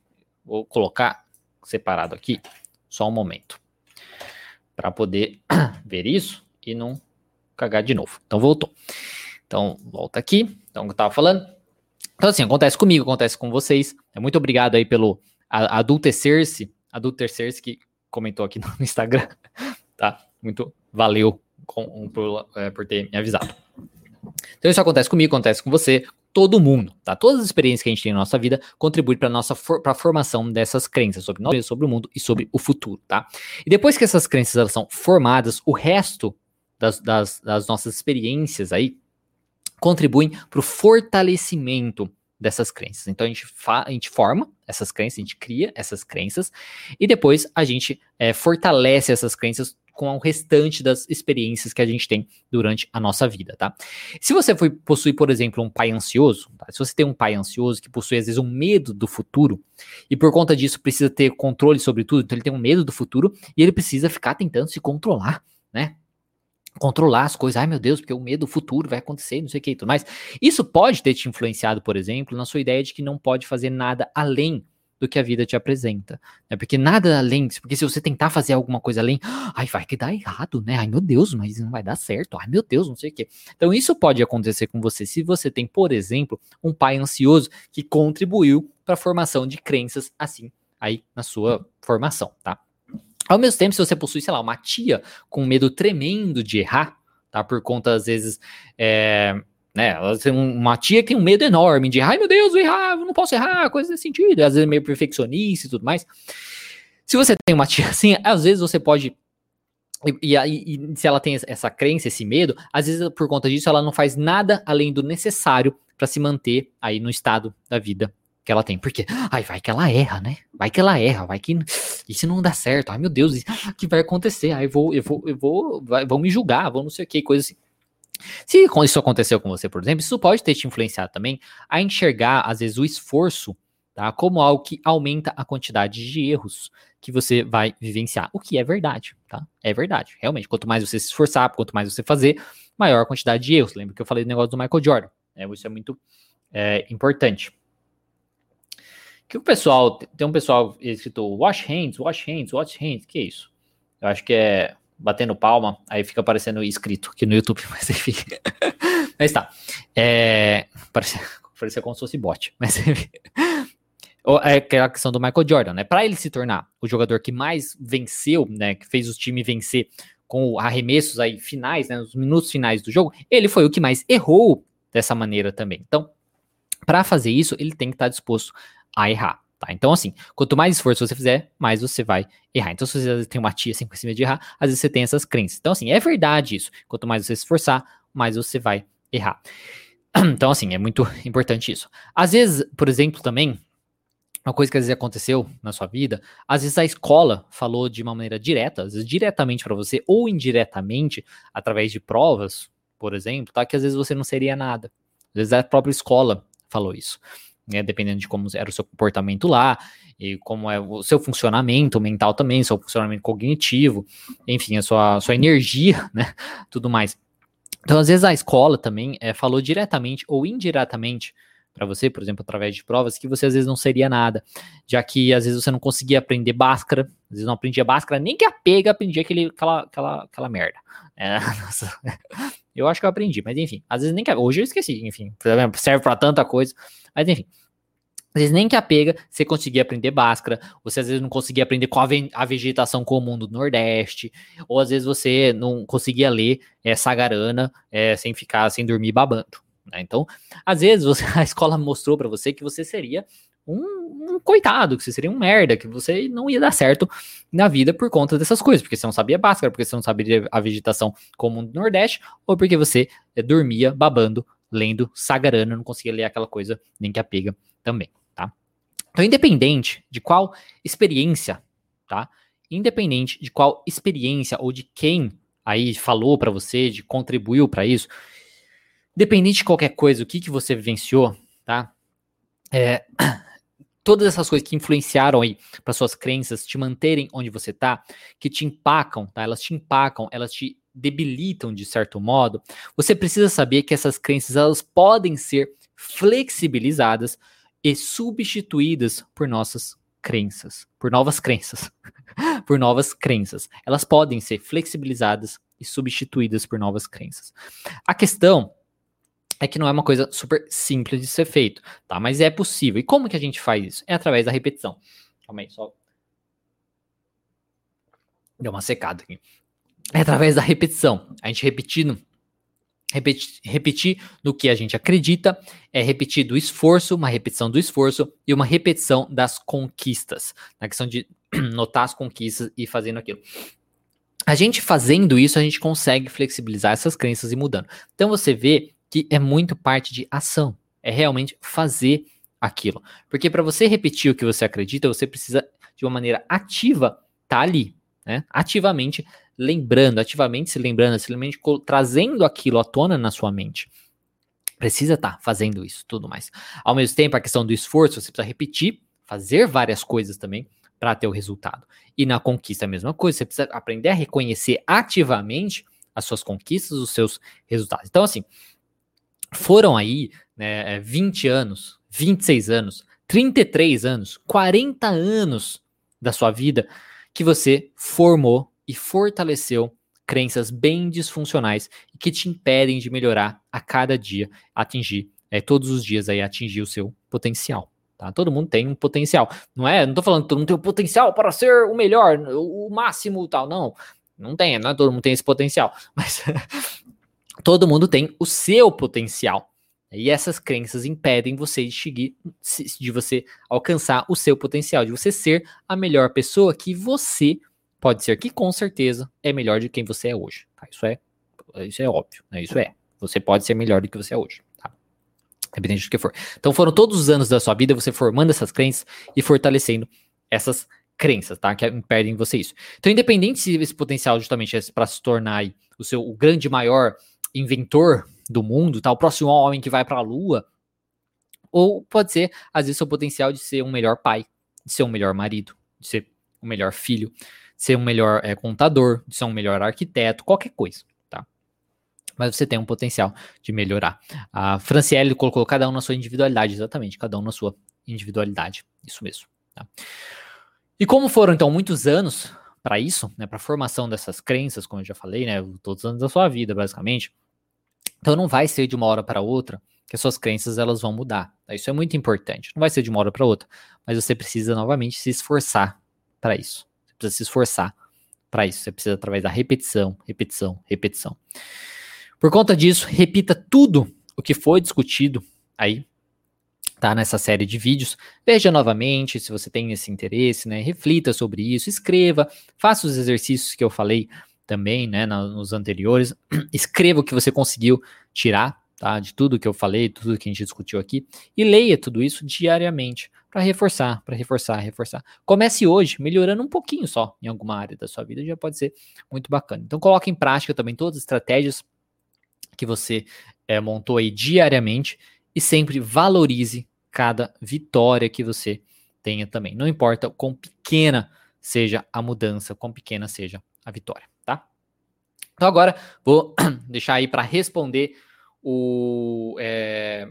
vou colocar separado aqui, só um momento, para poder ver isso e não cagar de novo. Então voltou. Então volta aqui, então o que eu tava falando. Então assim, acontece comigo, acontece com vocês. É, muito obrigado aí pelo adultecer-se, adultecer-se que comentou aqui no Instagram, tá? Muito valeu com, por, é, por ter me avisado. Então isso acontece comigo, acontece com você, todo mundo, tá? Todas as experiências que a gente tem na nossa vida contribuem para nossa for, pra formação dessas crenças sobre nós, sobre o mundo e sobre o futuro, tá? E depois que essas crenças elas são formadas, o resto das, das, das nossas experiências aí contribuem para o fortalecimento dessas crenças. Então a gente, fa- a gente forma essas crenças, a gente cria essas crenças e depois a gente é, fortalece essas crenças com o restante das experiências que a gente tem durante a nossa vida, tá? Se você foi, possui, por exemplo, um pai ansioso, tá? Se você tem um pai ansioso que possui, às vezes, um medo do futuro, e por conta disso precisa ter controle sobre tudo, então ele tem um medo do futuro, e ele precisa ficar tentando se controlar, né? Controlar as coisas, ai meu Deus, porque o medo do futuro vai acontecer, não sei o que e tudo mais. Isso pode ter te influenciado, por exemplo, na sua ideia de que não pode fazer nada além do que a vida te apresenta, né? Porque nada além, porque se você tentar fazer alguma coisa além, ai, vai que dá errado, né? Ai, meu Deus, mas não vai dar certo. Ai, meu Deus, não sei o quê. Então, isso pode acontecer com você se você tem, por exemplo, um pai ansioso que contribuiu para a formação de crenças assim aí na sua formação, tá? Ao mesmo tempo, se você possui, sei lá, uma tia com medo tremendo de errar, tá? Por conta, às vezes, é, né? Uma tia que tem um medo enorme de, ai meu Deus, vou errar, eu não posso errar, coisa desse sentido. Às vezes é meio perfeccionista e tudo mais. Se você tem uma tia assim, às vezes você pode... E, e, e se ela tem essa crença, esse medo, às vezes por conta disso ela não faz nada além do necessário para se manter aí no estado da vida que ela tem. Porque, ai, vai que ela erra, né? Vai que ela erra, vai que isso não dá certo. Ai, meu Deus, o que vai acontecer? Ai, eu vou, eu vou, eu vou, vai, vão me julgar, vão não sei o que, coisa assim. Se isso aconteceu com você, por exemplo, isso pode ter te influenciado também a enxergar, às vezes, o esforço, tá, como algo que aumenta a quantidade de erros que você vai vivenciar. O que é verdade, tá? É verdade. Realmente, quanto mais você se esforçar, quanto mais você fazer, maior a quantidade de erros. Lembra que eu falei do negócio do Michael Jordan. Né? Isso é muito é, importante. Que o pessoal, tem um pessoal escrito wash hands, wash hands, wash hands, que é isso? Eu acho que é batendo palma, aí fica aparecendo escrito aqui no YouTube, mas enfim. Mas tá. É, parecia, parecia como se fosse bot, mas enfim. É aquela questão do Michael Jordan, né? Para ele se tornar o jogador que mais venceu, né? Que fez o time vencer com arremessos aí finais, né? Nos minutos finais do jogo, ele foi o que mais errou dessa maneira também. Então, para fazer isso, ele tem que estar disposto a errar, tá? Então, assim, quanto mais esforço você fizer, mais você vai errar. Então, se você tem uma tia assim com esse medo de errar, às vezes você tem essas crenças. Então, assim, é verdade isso. Quanto mais você se esforçar, mais você vai errar. Então, assim, é muito importante isso. Às vezes, por exemplo, também, uma coisa que às vezes aconteceu na sua vida, às vezes a escola falou de uma maneira direta, às vezes diretamente para você, ou indiretamente, através de provas, por exemplo, tá? Que às vezes você não seria nada. Às vezes a própria escola falou isso. Né, dependendo de como era o seu comportamento lá, e como é o seu funcionamento mental também, seu funcionamento cognitivo, enfim, a sua, a sua energia, né, tudo mais. Então, às vezes a escola também é, falou diretamente ou indiretamente para você, por exemplo, através de provas, que você às vezes não seria nada, já que às vezes você não conseguia aprender Bhaskara, às vezes não aprendia Bhaskara, nem que a pega aprendia aquele, aquela, aquela, aquela merda. É, nossa... Eu acho que eu aprendi, mas enfim, às vezes nem que... Hoje eu esqueci, enfim, serve pra tanta coisa, mas enfim. Às vezes nem que a pega, você conseguia aprender Bhaskara, você às vezes não conseguia aprender com a, ve- a vegetação comum do Nordeste, ou às vezes você não conseguia ler é, Sagarana é, sem ficar, sem dormir babando. Né? Então, às vezes você, a escola mostrou pra você que você seria um, um coitado, que você seria um merda, que você não ia dar certo na vida por conta dessas coisas, porque você não sabia Bhaskara, porque você não sabia a vegetação comum do Nordeste, ou porque você é, dormia babando, lendo Sagarana, não conseguia ler aquela coisa, nem que a pega também, tá? Então, independente de qual experiência, tá? Independente de qual experiência ou de quem aí falou pra você, de contribuiu pra isso, independente de qualquer coisa, o que, que você vivenciou, tá? É, todas essas coisas que influenciaram aí para suas crenças te manterem onde você tá, que te empacam, tá? Elas te empacam, elas te debilitam de certo modo. Você precisa saber que essas crenças elas podem ser flexibilizadas e substituídas por nossas crenças, por novas crenças, por novas crenças. Elas podem ser flexibilizadas e substituídas por novas crenças. A questão é que não é uma coisa super simples de ser feito, tá? Mas é possível. E como que a gente faz isso? É através da repetição. Calma aí, só deu uma secada aqui. É através da repetição. A gente repetindo, repetir, repetir no que a gente acredita, é repetir do esforço, uma repetição do esforço e uma repetição das conquistas. Na questão de notar as conquistas e fazendo aquilo. A gente fazendo isso, a gente consegue flexibilizar essas crenças e mudando. Então você vê que é muito parte de ação. É realmente fazer aquilo. Porque para você repetir o que você acredita, você precisa, de uma maneira ativa, estar ali. Né? Ativamente lembrando, ativamente se lembrando, ativamente trazendo aquilo à tona na sua mente. Precisa estar fazendo isso, tudo mais. Ao mesmo tempo, a questão do esforço, você precisa repetir, fazer várias coisas também para ter o resultado. E na conquista a mesma coisa, você precisa aprender a reconhecer ativamente as suas conquistas, os seus resultados. Então, assim, foram aí, né, vinte anos, vinte e seis anos, trinta e três anos, quarenta anos da sua vida que você formou e fortaleceu crenças bem disfuncionais e que te impedem de melhorar a cada dia, atingir, é, todos os dias aí, atingir o seu potencial. Tá? Todo mundo tem um potencial, não é? Não tô falando que todo mundo tem o potencial para ser o melhor, o máximo e tal, não. Não tem, não é todo mundo tem esse potencial, mas todo mundo tem o seu potencial. E essas crenças impedem você de seguir, de você alcançar o seu potencial, de você ser a melhor pessoa que você pode ser, que com certeza é melhor de quem você é hoje. Tá? Isso é, isso é óbvio, né? Isso é. Você pode ser melhor do que você é hoje. Tá? Independente do que for. Então foram todos os anos da sua vida você formando essas crenças e fortalecendo essas crenças, tá? Que impedem você isso. Então, independente se esse potencial justamente é para se tornar aí o seu o grande maior inventor do mundo, tá? O próximo homem que vai para a lua, ou pode ser, às vezes, seu potencial de ser um melhor pai, de ser um melhor marido, de ser um melhor filho, de ser um melhor é, contador, de ser um melhor arquiteto, qualquer coisa, tá? Mas você tem um potencial de melhorar. A Franciele colocou cada um na sua individualidade, exatamente, cada um na sua individualidade, isso mesmo, tá? E como foram, então, muitos anos para isso, né, para a formação dessas crenças, como eu já falei, né, todos os anos da sua vida, basicamente, então não vai ser de uma hora para outra que as suas crenças elas vão mudar. Tá? Isso é muito importante. Não vai ser de uma hora para outra, mas você precisa novamente se esforçar para isso. Você precisa se esforçar para isso. Você precisa através da repetição, repetição, repetição. Por conta disso, repita tudo o que foi discutido aí, tá, nessa série de vídeos. Veja novamente se você tem esse interesse, né? Reflita sobre isso, escreva, faça os exercícios que eu falei também, né, nos anteriores. Escreva o que você conseguiu tirar, tá, de tudo que eu falei, tudo que a gente discutiu aqui, e leia tudo isso diariamente para reforçar, para reforçar, reforçar. Comece hoje, melhorando um pouquinho só em alguma área da sua vida, já pode ser muito bacana. Então coloque em prática também todas as estratégias que você é, montou aí diariamente e sempre valorize cada vitória que você tenha também. Não importa quão pequena seja a mudança, quão pequena seja a vitória, tá? Então agora vou deixar aí para responder o, é,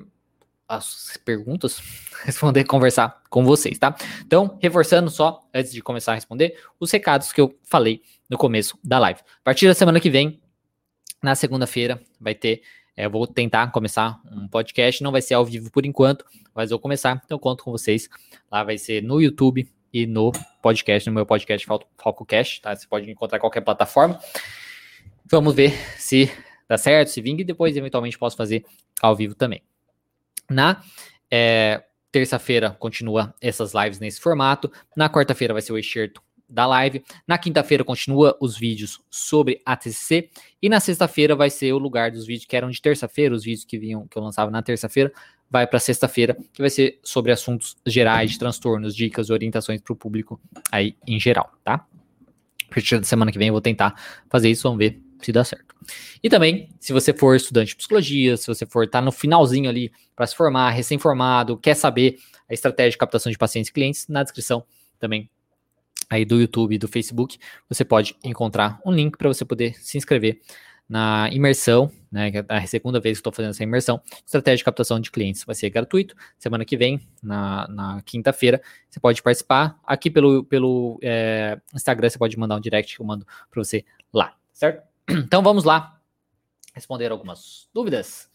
as perguntas, responder, conversar com vocês, tá? Então, reforçando só, antes de começar a responder, os recados que eu falei no começo da live. A partir da semana que vem, na segunda-feira, vai ter, é, eu vou tentar começar um podcast, não vai ser ao vivo por enquanto, mas vou começar, então eu conto com vocês. Lá vai ser no YouTube e no podcast, no meu podcast FalcoCast, tá? Você pode encontrar em qualquer plataforma. Vamos ver se dá certo, se vinga, e depois eventualmente posso fazer ao vivo também. Na é, terça-feira continua essas lives nesse formato. Na quarta-feira vai ser o excerto da live. Na quinta-feira continua os vídeos sobre A T C C. E na sexta-feira vai ser o lugar dos vídeos que eram de terça-feira, os vídeos que vinham, que eu lançava na terça-feira, vai para sexta-feira, que vai ser sobre assuntos gerais, de transtornos, dicas, orientações para o público aí em geral, tá? A partir da semana que vem eu vou tentar fazer isso, vamos ver se dá certo. E também, se você for estudante de psicologia, se você for estar tá no finalzinho ali para se formar, recém-formado, quer saber a estratégia de captação de pacientes e clientes, na descrição também aí do YouTube e do Facebook, você pode encontrar um link para você poder se inscrever na imersão, né, que é a segunda vez que estou fazendo essa imersão, estratégia de captação de clientes, vai ser gratuito, semana que vem, na, na quinta-feira, você pode participar, aqui pelo, pelo é, Instagram, você pode mandar um direct que eu mando para você lá, certo? Então vamos lá, responder algumas dúvidas.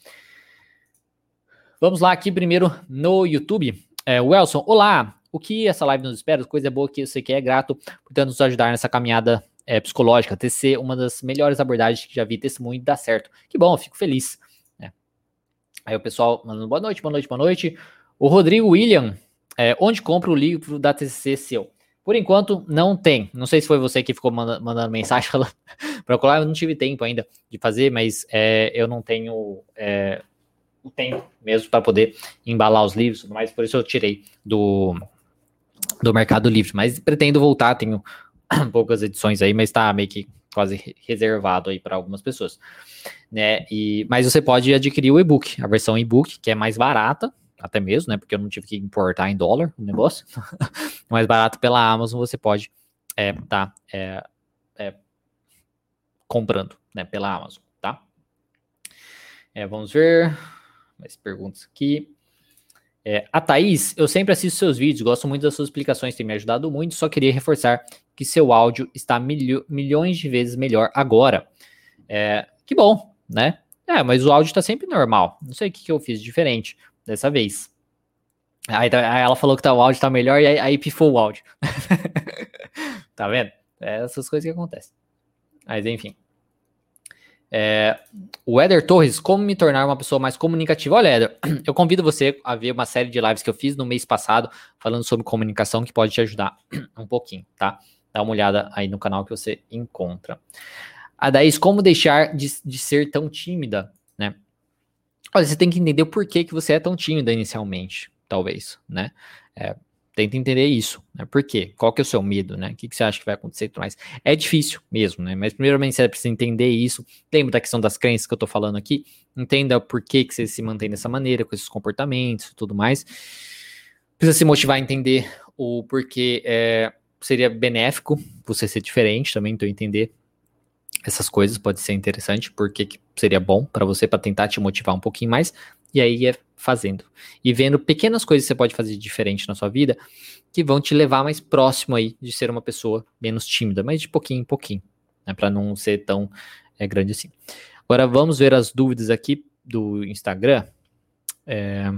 Vamos lá aqui primeiro no YouTube, é, Welson, olá, o que essa live nos espera? Coisa boa que eu sei que é grato por tanto nos ajudar nessa caminhada é, psicológica. T C C, uma das melhores abordagens que já vi, testemunho e dá certo. Que bom, eu fico feliz. É. Aí o pessoal mandando boa noite, boa noite, boa noite. O Rodrigo William, é, onde compra o livro da T C C seu? Por enquanto, não tem. Não sei se foi você que ficou manda, mandando mensagem falando para colar. Eu não tive tempo ainda de fazer, mas é, eu não tenho... É, o tempo mesmo para poder embalar os livros, mas por isso eu tirei do... do Mercado Livre, mas pretendo voltar, tenho poucas edições aí, mas está meio que quase reservado aí para algumas pessoas, né, e, mas você pode adquirir o e-book, a versão e-book, que é mais barata, até mesmo, né, porque eu não tive que importar em dólar o negócio, mais barato pela Amazon, você pode é, tá é, é, comprando, né, pela Amazon, tá? É, vamos ver mais perguntas aqui. É, a Thaís, eu sempre assisto seus vídeos, gosto muito das suas explicações, tem me ajudado muito, só queria reforçar que seu áudio está milho, milhões de vezes melhor agora. É, que bom, né? É, mas o áudio está sempre normal, não sei o que, que eu fiz diferente dessa vez. Aí, aí ela falou que tá, o áudio está melhor e aí, aí pifou o áudio. Tá vendo? É essas coisas que acontecem. Mas enfim. É, o Éder Torres, como me tornar uma pessoa mais comunicativa? Olha, Éder, eu convido você a ver uma série de lives que eu fiz no mês passado, falando sobre comunicação, que pode te ajudar um pouquinho, tá? Dá uma olhada aí no canal que você encontra. A Daís, como deixar de, de ser tão tímida, né? Olha, você tem que entender o porquê que você é tão tímida inicialmente, talvez, né? É, tenta entender isso, né? Por quê? Qual que é o seu medo, né? O que, que você acha que vai acontecer e tudo mais? É difícil mesmo, né? Mas primeiramente você precisa entender isso. Lembra da questão das crenças que eu tô falando aqui? Entenda por que, que você se mantém dessa maneira, com esses comportamentos e tudo mais. Precisa se motivar a entender o porquê é, seria benéfico você ser diferente também, então entender essas coisas pode ser interessante, porque que seria bom para você, para tentar te motivar um pouquinho mais. E aí é fazendo. E vendo pequenas coisas que você pode fazer diferente na sua vida que vão te levar mais próximo aí de ser uma pessoa menos tímida, mas de pouquinho em pouquinho, né, para não ser tão é, grande assim. Agora vamos ver as dúvidas aqui do Instagram. É...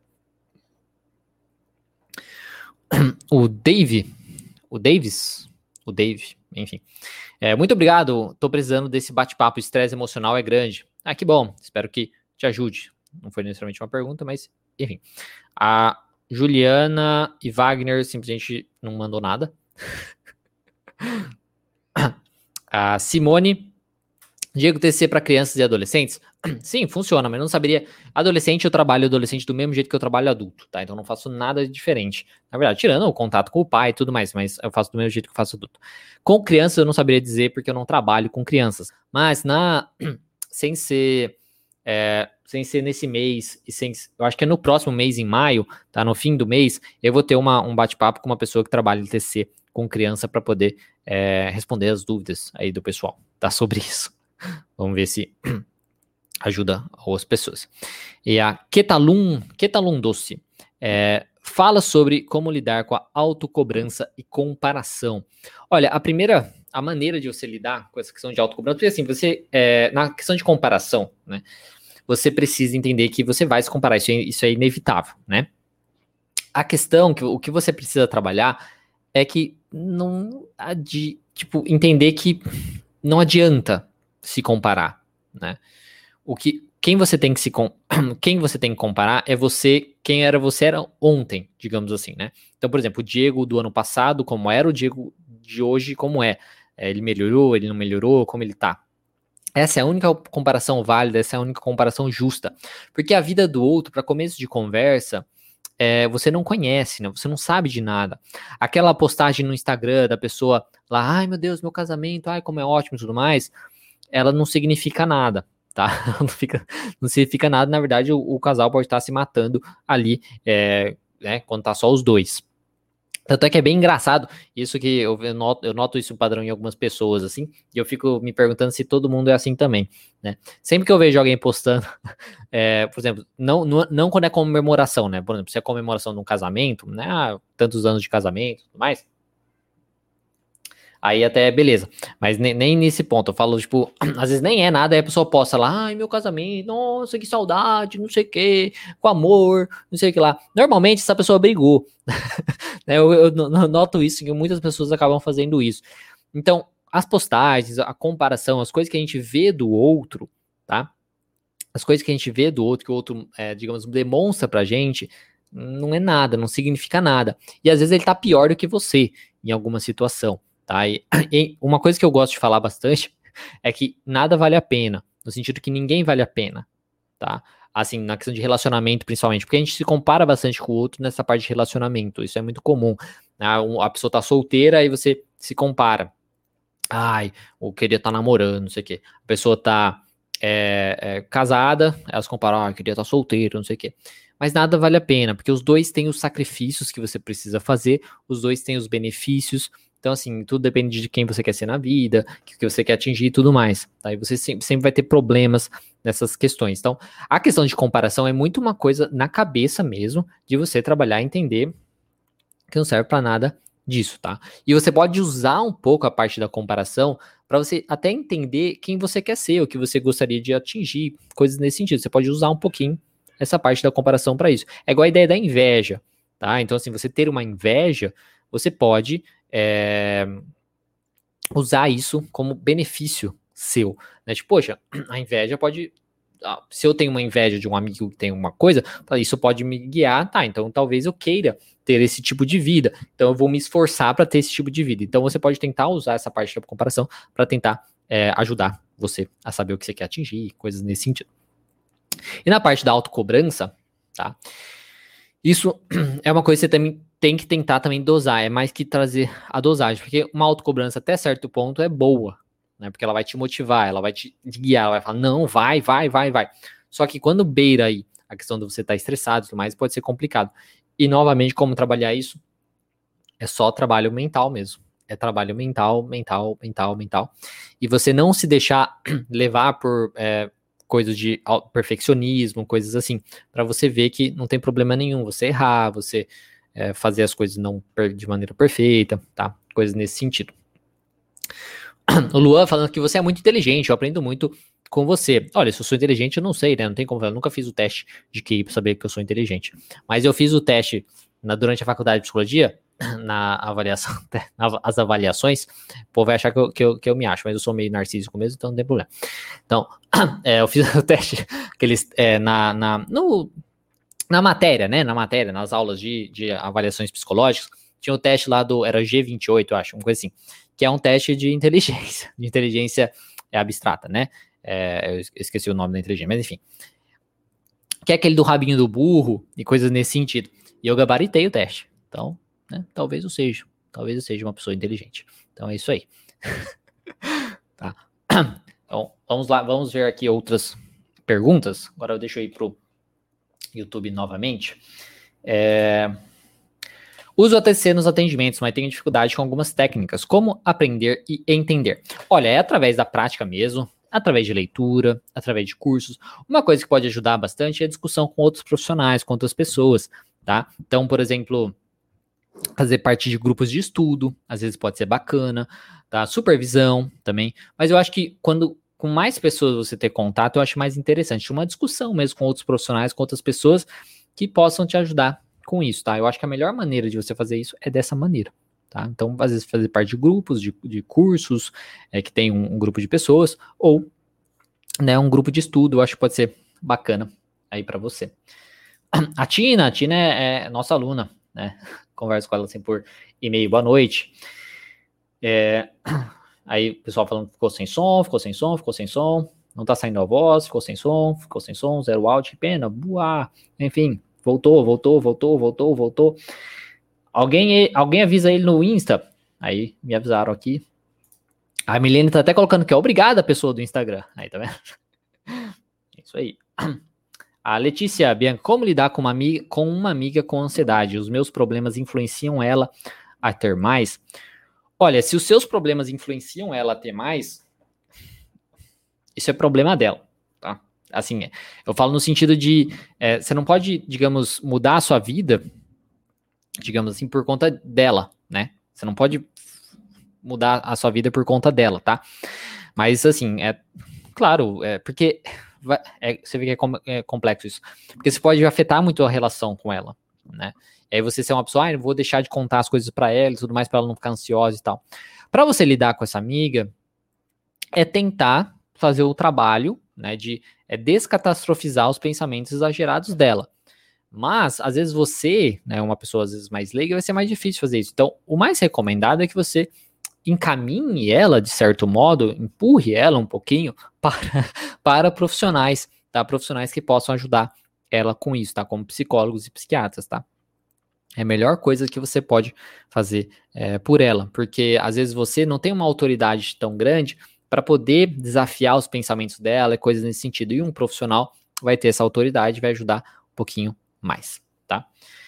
O Dave, o Davis, o Dave, enfim. É, muito obrigado, tô precisando desse bate-papo, o estresse emocional é grande. Ah, que bom, espero que te ajude. Não foi necessariamente uma pergunta, mas enfim. A Juliana e Wagner simplesmente não mandou nada. A Simone, Diego, T C C para crianças e adolescentes? Sim, funciona, mas eu não saberia. Adolescente, eu trabalho adolescente do mesmo jeito que eu trabalho adulto, tá? Então eu não faço nada diferente. Na verdade, tirando o contato com o pai e tudo mais, mas eu faço do mesmo jeito que eu faço adulto. Com crianças eu não saberia dizer porque eu não trabalho com crianças. Mas na sem ser é, sem ser nesse mês e sem, eu acho que é no próximo mês, em maio, tá? No fim do mês, eu vou ter uma, um bate-papo com uma pessoa que trabalha em T C C com criança para poder é, responder as dúvidas aí do pessoal, tá? Sobre isso. Vamos ver se ajuda as pessoas. E a Ketalum, Ketalum Doce é, fala sobre como lidar com a autocobrança e comparação. Olha, a primeira, a maneira de você lidar com essa questão de autocobrança, porque assim, você, é, na questão de comparação, né, você precisa entender que você vai se comparar, isso é, isso é inevitável, né? A questão, que o que você precisa trabalhar é que não, adi, tipo, entender que não adianta se comparar, né? O que, quem você tem que se com... quem você tem que comparar é você, quem era você era ontem, digamos assim, né? Então, por exemplo, o Diego do ano passado, como era, o Diego de hoje, como é. É, ele melhorou, ele não melhorou, como ele tá. Essa é a única comparação válida, essa é a única comparação justa. Porque a vida do outro, para começo de conversa, é, você não conhece, né? Você não sabe de nada. Aquela postagem no Instagram da pessoa lá, ai meu Deus, meu casamento, ai como é ótimo e tudo mais, ela não significa nada, tá? Não, fica, não significa nada, na verdade o, o casal pode estar se matando ali, é, né, quando tá só os dois. Tanto é que é bem engraçado, isso que eu noto, eu noto isso padrão em algumas pessoas, assim, e eu fico me perguntando se todo mundo é assim também, né? Sempre que eu vejo alguém postando, é, por exemplo, não, não, não quando é comemoração, né? Por exemplo, se é comemoração de um casamento, né? Ah, tantos anos de casamento e tudo mais, aí até beleza, mas nem, nem nesse ponto, eu falo, tipo, às vezes nem é nada, aí a pessoa posta lá, ai, meu casamento, nossa, que saudade, não sei o que, com amor, não sei o que lá. Normalmente essa pessoa brigou, eu, eu, eu noto isso, que muitas pessoas acabam fazendo isso. Então, as postagens, a comparação, as coisas que a gente vê do outro, tá? As coisas que a gente vê do outro, que o outro, é, digamos, demonstra pra gente, não é nada, não significa nada. E às vezes ele tá pior do que você, em alguma situação. Tá? E, e uma coisa que eu gosto de falar bastante é que nada vale a pena, no sentido que ninguém vale a pena, tá? Assim, na questão de relacionamento, principalmente, porque a gente se compara bastante com o outro nessa parte de relacionamento, isso é muito comum, né? A pessoa tá solteira e você se compara. Ai, eu queria estar tá namorando, não sei o quê. A pessoa tá é, é, casada, elas comparam, ah, eu queria estar tá solteiro, não sei o quê. Mas nada vale a pena, porque os dois têm os sacrifícios que você precisa fazer, os dois têm os benefícios. Então, assim, tudo depende de quem você quer ser na vida, o que você quer atingir e tudo mais. Tá? E você sempre, sempre vai ter problemas nessas questões. Então, a questão de comparação é muito uma coisa na cabeça mesmo, de você trabalhar e entender que não serve para nada disso, tá? E você pode usar um pouco a parte da comparação para você até entender quem você quer ser, o que você gostaria de atingir, coisas nesse sentido. Você pode usar um pouquinho essa parte da comparação para isso. É igual a ideia da inveja, tá? Então, assim, você ter uma inveja, você pode é, usar isso como benefício seu, né? Tipo, poxa, a inveja pode... Se eu tenho uma inveja de um amigo que tem uma coisa, isso pode me guiar, tá? Então talvez eu queira ter esse tipo de vida. Então eu vou me esforçar para ter esse tipo de vida. Então você pode tentar usar essa parte da comparação para tentar é, ajudar você a saber o que você quer atingir, coisas nesse sentido. E na parte da autocobrança, tá? Isso é uma coisa que você também tem que tentar também dosar. É mais que trazer a dosagem, porque uma autocobrança até certo ponto é boa, né? Porque ela vai te motivar, ela vai te guiar, ela vai falar, não, vai, vai, vai, vai. Só que quando beira aí a questão de você estar estressado e tudo mais, pode ser complicado. E novamente, como trabalhar isso? É só trabalho mental mesmo. É trabalho mental, mental, mental, mental. E você não se deixar levar por é, coisas de perfeccionismo, coisas assim, para você ver que não tem problema nenhum você errar, você é, fazer as coisas não de maneira perfeita, tá? Coisas nesse sentido. O Luan falando que você é muito inteligente, eu aprendo muito com você. Olha, se eu sou inteligente, eu não sei, né? Não tem como, eu nunca fiz o teste de Q I pra saber que eu sou inteligente. Mas eu fiz o teste na, durante a faculdade de psicologia, na avaliação, as avaliações, o povo vai achar que eu, que, eu, que eu me acho, mas eu sou meio narcísico mesmo, então não tem problema. Então, é, eu fiz o teste aqueles, é, na, na, no, na matéria, né? Na matéria, nas aulas de, de avaliações psicológicas, tinha o teste lá do, era G vinte e oito, eu acho, uma coisa assim, que é um teste de inteligência, de inteligência abstrata, né? É, eu esqueci o nome da inteligência, mas enfim. Que é aquele do rabinho do burro e coisas nesse sentido. E eu gabaritei o teste. Então, né, talvez eu seja. Talvez eu seja uma pessoa inteligente. Então é isso aí. Tá. Então, vamos lá, vamos ver aqui outras perguntas. Agora eu deixo aí pro YouTube novamente. É... Uso A T C nos atendimentos, mas tenho dificuldade com algumas técnicas. Como aprender e entender? Olha, é através da prática mesmo, através de leitura, através de cursos. Uma coisa que pode ajudar bastante é a discussão com outros profissionais, com outras pessoas, tá? Então, por exemplo, fazer parte de grupos de estudo, às vezes pode ser bacana, tá? Supervisão também. Mas eu acho que quando com mais pessoas você ter contato, eu acho mais interessante. Uma discussão mesmo com outros profissionais, com outras pessoas que possam te ajudar com isso, tá? Eu acho que a melhor maneira de você fazer isso é dessa maneira, tá? Então, às vezes, fazer parte de grupos, de, de cursos, é, que tem um, um grupo de pessoas, ou, né, um grupo de estudo, eu acho que pode ser bacana aí para você. A Tina, a Tina é, é nossa aluna, né? Converso com ela assim por e-mail, boa noite. É, aí o pessoal falando que ficou sem som, ficou sem som, ficou sem som, não tá saindo a voz, ficou sem som, ficou sem som, zero out, pena, buá, enfim, voltou, voltou, voltou, voltou, voltou. Alguém, alguém avisa ele no Insta, aí me avisaram aqui. A Milene tá até colocando que é obrigada a pessoa do Instagram, aí tá vendo? Isso aí. A Letícia, Bianca, como lidar com uma, amiga, com uma amiga com ansiedade? Os meus problemas influenciam ela a ter mais? Olha, se os seus problemas influenciam ela a ter mais, isso é problema dela, tá? Assim, eu falo no sentido de, é, você não pode, digamos, mudar a sua vida, digamos assim, por conta dela, né? Você não pode mudar a sua vida por conta dela, tá? Mas, assim, é claro, é porque vai, é, você vê que é, com, é complexo isso, porque você pode afetar muito a relação com ela, né? E aí você ser uma pessoa, ah, eu vou deixar de contar as coisas pra ela e tudo mais, pra ela não ficar ansiosa e tal. Pra você lidar com essa amiga, é tentar fazer o trabalho, né, de é, descatastrofizar os pensamentos exagerados dela. Mas, às vezes você, né, uma pessoa às vezes mais leiga, vai ser mais difícil fazer isso. Então, o mais recomendado é que você encaminhe ela, de certo modo, empurre ela um pouquinho para, para profissionais, tá? Profissionais que possam ajudar ela com isso, tá? Como psicólogos e psiquiatras, tá? É a melhor coisa que você pode fazer é, por ela, porque às vezes você não tem uma autoridade tão grande para poder desafiar os pensamentos dela e coisas nesse sentido. E um profissional vai ter essa autoridade, vai ajudar um pouquinho mais, tá?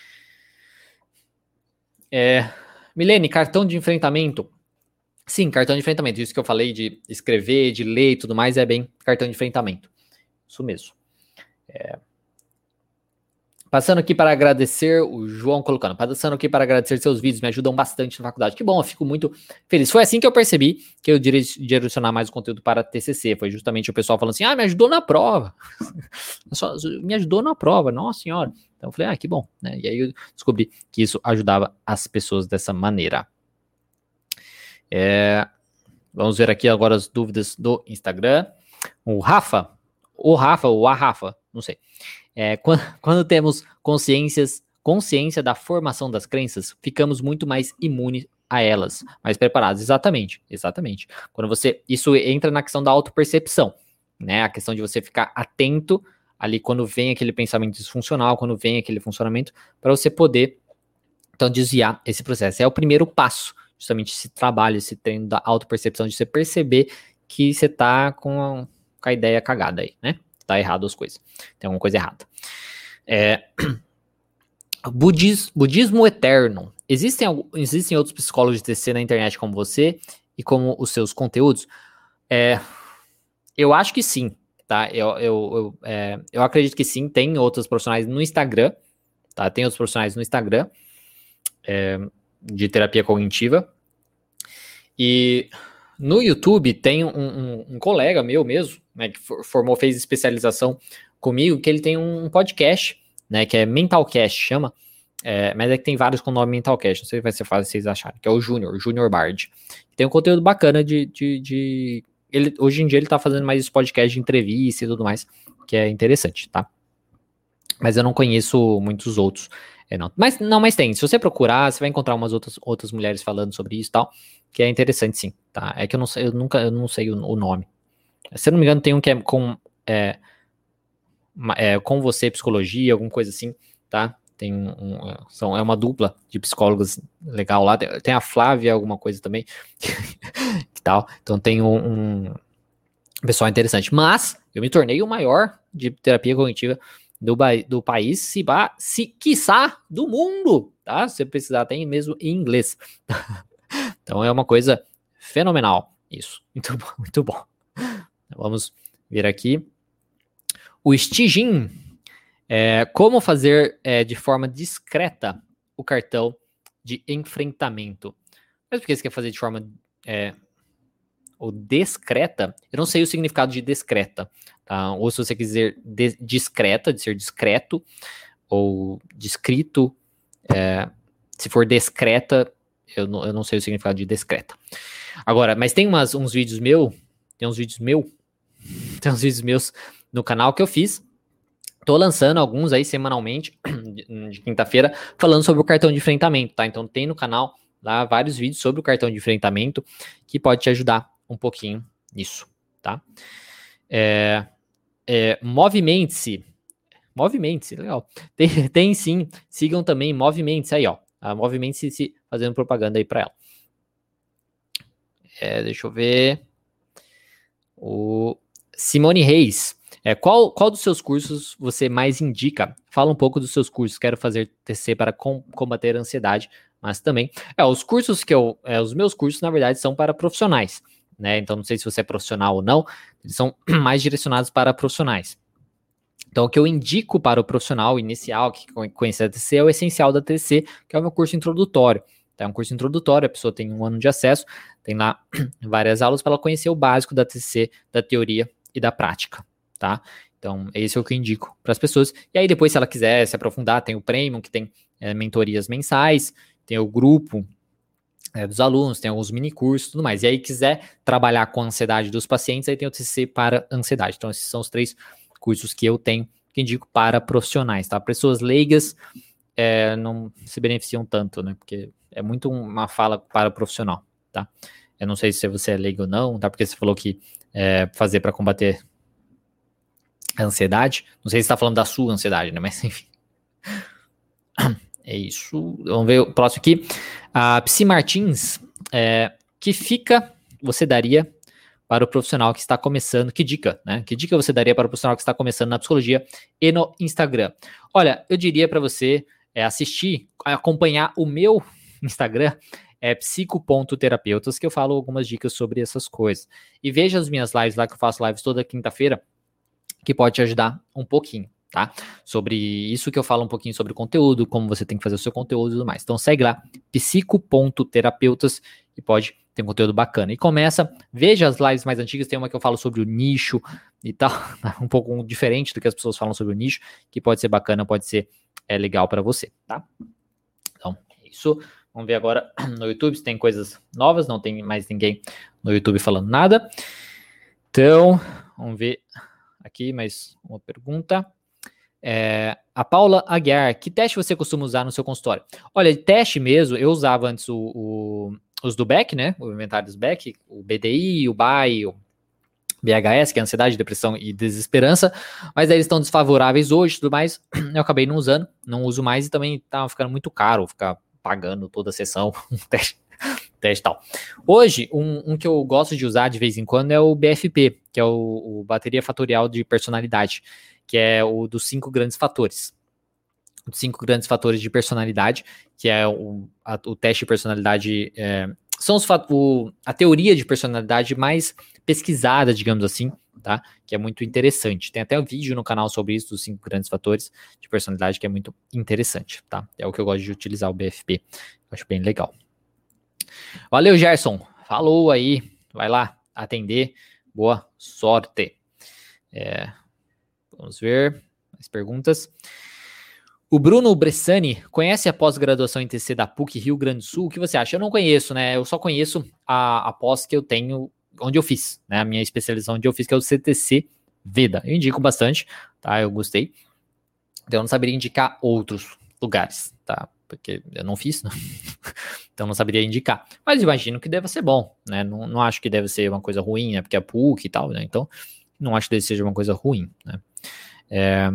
É, Milene, cartão de enfrentamento. Sim, cartão de enfrentamento. Isso que eu falei de escrever, de ler e tudo mais, é bem cartão de enfrentamento. Isso mesmo. É... Passando aqui para agradecer, o João colocando, passando aqui para agradecer seus vídeos, me ajudam bastante na faculdade. Que bom, eu fico muito feliz. Foi assim que eu percebi que eu diria direcionar mais o conteúdo para T C C. Foi justamente o pessoal falando assim, ah, me ajudou na prova. Só, me ajudou na prova, nossa senhora. Então eu falei, ah, que bom, né? E aí eu descobri que isso ajudava as pessoas dessa maneira. É, vamos ver aqui agora as dúvidas do Instagram. O Rafa, o Rafa, ou a Rafa, não sei. É, quando, quando temos consciências, consciência da formação das crenças, ficamos muito mais imunes a elas, mais preparados. Exatamente, exatamente. Quando você, isso entra na questão da autopercepção, né? A questão de você ficar atento ali quando vem aquele pensamento disfuncional, quando vem aquele funcionamento, para você poder, então, desviar esse processo. É o primeiro passo, justamente esse trabalho, esse treino da autopercepção, de você perceber que você tá com, com a ideia cagada aí, né? Tá errado as coisas. Tem alguma coisa errada. É, budismo, budismo eterno. Existem, existem outros psicólogos de T C C na internet como você e como os seus conteúdos? É, eu acho que sim, tá? Eu, eu, eu, é, eu acredito que sim. Tem outros profissionais no Instagram, tá? Tem outros profissionais no Instagram é, de terapia cognitiva. E no YouTube tem um, um, um colega meu mesmo, né, que formou, fez especialização comigo, que ele tem um podcast, né, que é Mentalcast, chama, é, mas é que tem vários com o nome Mentalcast, não sei se vai ser fácil vocês acharem, que é o Júnior, Júnior Bard. Tem um conteúdo bacana de... de, de ele, hoje em dia ele tá fazendo mais esse podcast de entrevista e tudo mais, que é interessante, tá? Mas eu não conheço muitos outros, é, não. Mas, não, mas tem, se você procurar, você vai encontrar umas outras, outras mulheres falando sobre isso e tal, que é interessante sim, tá? É que eu não sei, eu nunca, eu não sei o, o nome. Se eu não me engano, tem um que é com, é, é, com você, psicologia, alguma coisa assim, tá? Tem um, um, são, é uma dupla de psicólogos legal lá, tem, tem a Flávia, alguma coisa também, que tal, então tem um, um pessoal interessante, mas eu me tornei o maior de terapia cognitiva do, do país, se, se quiçá do mundo, tá? Se você precisar, tem mesmo em inglês. Então é uma coisa fenomenal, isso, muito bom, muito bom. Vamos ver aqui. O Stigin, é, como fazer é, de forma discreta o cartão de enfrentamento? Mas por que você quer fazer de forma é, ou discreta? Eu não sei o significado de discreta, tá? Ou se você quiser de, discreta, de ser discreto, ou discrito, é, se for discreta, eu não, eu não sei o significado de discreta. Agora, mas tem umas, uns vídeos meus, tem uns vídeos meus, tem uns vídeos meus no canal que eu fiz, Tô lançando alguns aí semanalmente, de, de quinta-feira, falando sobre o cartão de enfrentamento, tá? Então tem no canal lá vários vídeos sobre o cartão de enfrentamento que pode te ajudar um pouquinho nisso, tá? É, é, movimente-se, movimente-se, legal. Tem, tem sim, sigam também Movimente-se aí, ó. A Movimente-se se fazendo propaganda aí para ela. É, deixa eu ver. O Simone Reis. É, qual, qual dos seus cursos você mais indica? Fala um pouco dos seus cursos. Quero fazer T C para com, combater a ansiedade, mas também. É, os cursos que eu. É, os meus cursos, na verdade, são para profissionais. Né? Então, não sei se você é profissional ou não, eles são mais direcionados para profissionais. Então, o que eu indico para o profissional inicial que conhece a T C é o essencial da T C, que é o meu curso introdutório. Então, é um curso introdutório, a pessoa tem um ano de acesso, tem lá várias aulas para ela conhecer o básico da T C, da teoria e da prática, tá? Então, esse é o que eu indico para as pessoas. E aí, depois, se ela quiser se aprofundar, tem o Premium, que tem é, mentorias mensais, tem o grupo é, dos alunos, tem alguns mini cursos e tudo mais. E aí, quiser trabalhar com a ansiedade dos pacientes, aí tem o T C para ansiedade. Então, esses são os três cursos que eu tenho, que indico para profissionais, tá? Pessoas leigas é, não se beneficiam tanto, né? Porque é muito uma fala para profissional, tá? Eu não sei se você é leigo ou não, tá? Porque você falou que é, fazer para combater a ansiedade. Não sei se você está falando da sua ansiedade, né? Mas enfim. É isso. Vamos ver o próximo aqui. A Psy Martins, é, que fica você daria para o profissional que está começando? Que dica, né? Que dica você daria para o profissional que está começando na psicologia e no Instagram? Olha, eu diria para você é, assistir, acompanhar o meu Instagram, é psico ponto terapeutas, que eu falo algumas dicas sobre essas coisas. E veja as minhas lives lá, que eu faço lives toda quinta-feira, que pode te ajudar um pouquinho, tá? Sobre isso que eu falo um pouquinho sobre conteúdo, como você tem que fazer o seu conteúdo e tudo mais. Então segue lá, psico ponto terapeutas, e pode ter um conteúdo bacana. E começa, veja as lives mais antigas, tem uma que eu falo sobre o nicho e tal, um pouco diferente do que as pessoas falam sobre o nicho, que pode ser bacana, pode ser é, legal para você, tá? Então, é isso. Vamos ver agora no YouTube se tem coisas novas, não tem mais ninguém no YouTube falando nada. Então, vamos ver aqui mais uma pergunta. É, a Paula Aguiar, que teste você costuma usar no seu consultório? Olha, teste mesmo, eu usava antes o, o, os do Beck, né? O inventário dos Beck, o B D I, o B A I, o B H S, que é ansiedade, depressão e desesperança, mas aí eles estão desfavoráveis hoje e tudo mais. Eu acabei não usando, não uso mais e também tá ficando muito caro ficar pagando toda a sessão, teste, teste e tal. Hoje, um, um que eu gosto de usar de vez em quando é o B F P, que é o, o Bateria Fatorial de Personalidade, que é o dos cinco grandes fatores. Os cinco grandes fatores de personalidade, que é o, a, o teste de personalidade, é, são os, o, a teoria de personalidade mais pesquisada, digamos assim, tá? Que é muito interessante. Tem até um vídeo no canal sobre isso, dos cinco grandes fatores de personalidade, que é muito interessante, tá? É o que eu gosto de utilizar, o B F P. Eu acho bem legal. Valeu, Gerson. Falou aí. Vai lá atender. Boa sorte. É, vamos ver mais perguntas. O Bruno Bressani conhece a pós-graduação em T C da PUC Rio Grande do Sul? O que você acha? Eu não conheço, né? Eu só conheço a, a pós que eu tenho, onde eu fiz, né? A minha especialização onde eu fiz, que é o C T C Veda. Eu indico bastante, tá? Eu gostei. Então eu não saberia indicar outros lugares, tá? Porque eu não fiz, né? Então não saberia indicar. Mas imagino que deve ser bom, né? Não, não acho que deve ser uma coisa ruim, né? Porque é PUC e tal, né? Então não acho que seja uma coisa ruim, né? É...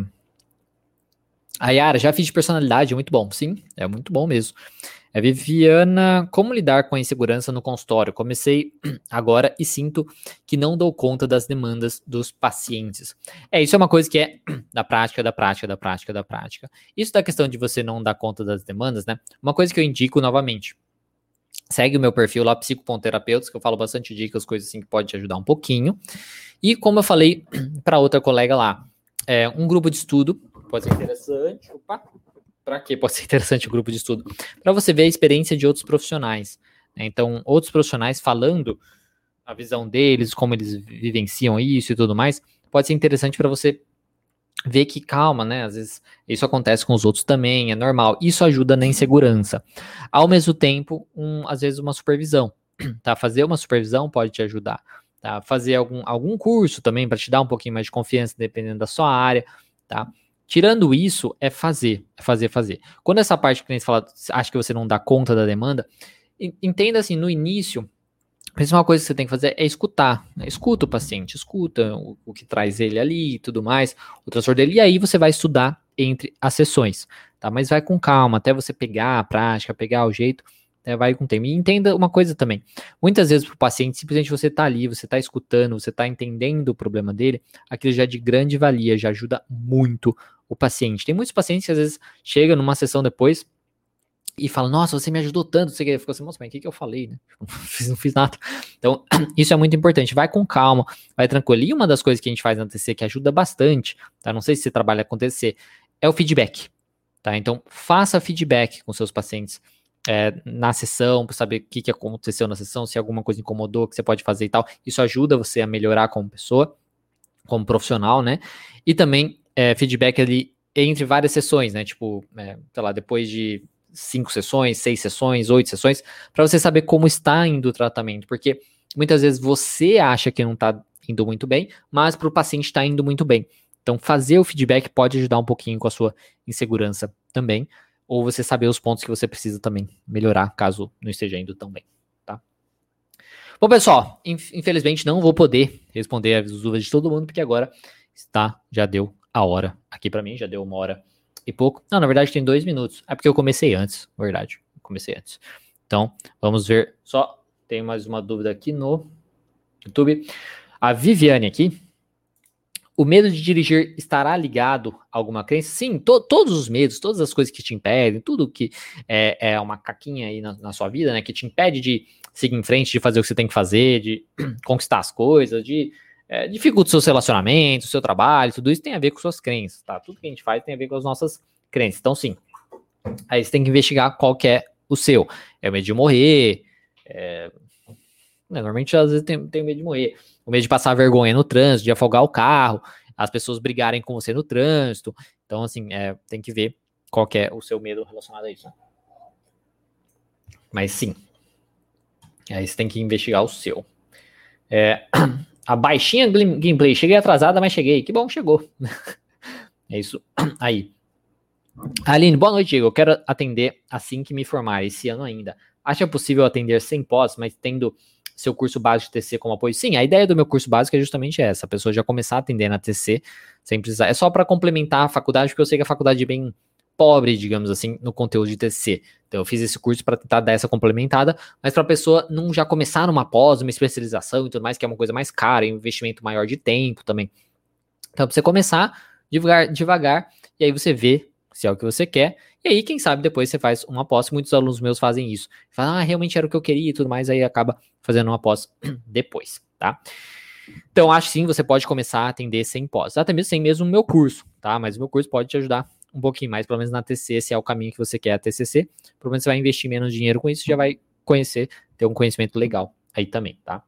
A Yara, já fiz de personalidade, é muito bom. Sim, é muito bom mesmo. É Viviana, como lidar com a insegurança no consultório? Comecei agora e sinto que não dou conta das demandas dos pacientes. É, isso é uma coisa que é da prática, da prática, da prática, da prática. Isso da questão de você não dar conta das demandas, né? Uma coisa que eu indico novamente. Segue o meu perfil lá, psico ponto terapeutas, que eu falo bastante dicas, coisas assim que pode te ajudar um pouquinho. E como eu falei para outra colega lá, é, um grupo de estudo pode ser interessante. Opa! Para que pode ser interessante o grupo de estudo? Para você ver a experiência de outros profissionais, né? Então, outros profissionais falando a visão deles, como eles vivenciam isso e tudo mais, pode ser interessante para você ver que, calma, né? Às vezes isso acontece com os outros também, é normal. Isso ajuda na insegurança. Ao mesmo tempo, um, às vezes uma supervisão, tá? Fazer uma supervisão pode te ajudar, tá? Fazer algum, algum curso também para te dar um pouquinho mais de confiança, dependendo da sua área, tá? Tirando isso, é fazer, é fazer, fazer. Quando essa parte que o cliente fala, acha que você não dá conta da demanda, entenda assim, no início, a principal coisa que você tem que fazer é escutar. Né? Escuta o paciente, escuta o, o que traz ele ali e tudo mais, o transtorno dele, e aí você vai estudar entre as sessões, tá? Mas vai com calma, até você pegar a prática, pegar o jeito, né? Vai com tempo. E entenda uma coisa também, muitas vezes para o paciente, simplesmente você tá ali, você tá escutando, você tá entendendo o problema dele, aquilo já é de grande valia, já ajuda muito o paciente. Tem muitos pacientes que às vezes chegam numa sessão depois e falam, nossa, você me ajudou tanto, você ficou assim, nossa, mas o que, que eu falei, né? Não fiz, não fiz nada. Então, isso é muito importante, vai com calma, vai tranquilo. E uma das coisas que a gente faz na T C que ajuda bastante, tá? Não sei se você trabalha com T C, é o feedback, tá? Então, faça feedback com seus pacientes é, na sessão, para saber o que, que aconteceu na sessão, se alguma coisa incomodou, que você pode fazer e tal. Isso ajuda você a melhorar como pessoa, como profissional, né? E também é, feedback ali entre várias sessões, né? Tipo, é, sei lá, depois de cinco sessões, seis sessões, oito sessões, para você saber como está indo o tratamento, porque muitas vezes você acha que não está indo muito bem, mas para o paciente está indo muito bem. Então, fazer o feedback pode ajudar um pouquinho com a sua insegurança também, ou você saber os pontos que você precisa também melhorar, caso não esteja indo tão bem, tá? Bom, pessoal, infelizmente não vou poder responder as dúvidas de todo mundo, porque agora está, já deu a hora aqui para mim, já deu uma hora e pouco. Não, na verdade tem dois minutos. É porque eu comecei antes, na verdade. Eu comecei antes. Então, vamos ver. Só tem mais uma dúvida aqui no YouTube. A Viviane aqui. O medo de dirigir estará ligado a alguma crença? Sim, to, todos os medos, todas as coisas que te impedem, tudo que é, é uma caquinha aí na, na sua vida, né? Que te impede de seguir em frente, de fazer o que você tem que fazer, de conquistar as coisas, de É, dificulta os seus relacionamentos, o seu trabalho, tudo isso tem a ver com suas crenças, tá? Tudo que a gente faz tem a ver com as nossas crenças. Então, sim, aí você tem que investigar qual que é o seu. É o medo de morrer, é... normalmente às vezes tem, tem medo de morrer. O medo de passar vergonha no trânsito, de afogar o carro, as pessoas brigarem com você no trânsito. Então, assim, é, tem que ver qual que é o seu medo relacionado a isso. Né? Mas, sim, aí você tem que investigar o seu. É... A baixinha gameplay, cheguei atrasada, mas cheguei. Que bom, chegou. É isso aí. Aline, boa noite, Diego. Eu quero atender assim que me formar, esse ano ainda. Acha possível atender sem pós, mas tendo seu curso básico de T C como apoio? Sim, a ideia do meu curso básico é justamente essa. A pessoa já começar a atender na T C sem precisar. É só para complementar a faculdade, porque eu sei que a faculdade é bem pobre, digamos assim, no conteúdo de T C. Então eu fiz esse curso para tentar dar essa complementada, mas para a pessoa não já começar numa pós, uma especialização e tudo mais, que é uma coisa mais cara, um investimento maior de tempo também. Então para você começar devagar, devagar, e aí você vê se é o que você quer, e aí quem sabe depois você faz uma pós. Muitos alunos meus fazem isso. Falam, ah, realmente era o que eu queria e tudo mais, aí acaba fazendo uma pós depois, tá? Então acho sim, você pode começar a atender sem pós, até mesmo sem mesmo o meu curso, tá? Mas o meu curso pode te ajudar um pouquinho mais, pelo menos na T C, se é o caminho que você quer a T C C, pelo menos você vai investir menos dinheiro com isso, já vai conhecer, ter um conhecimento legal aí também, tá?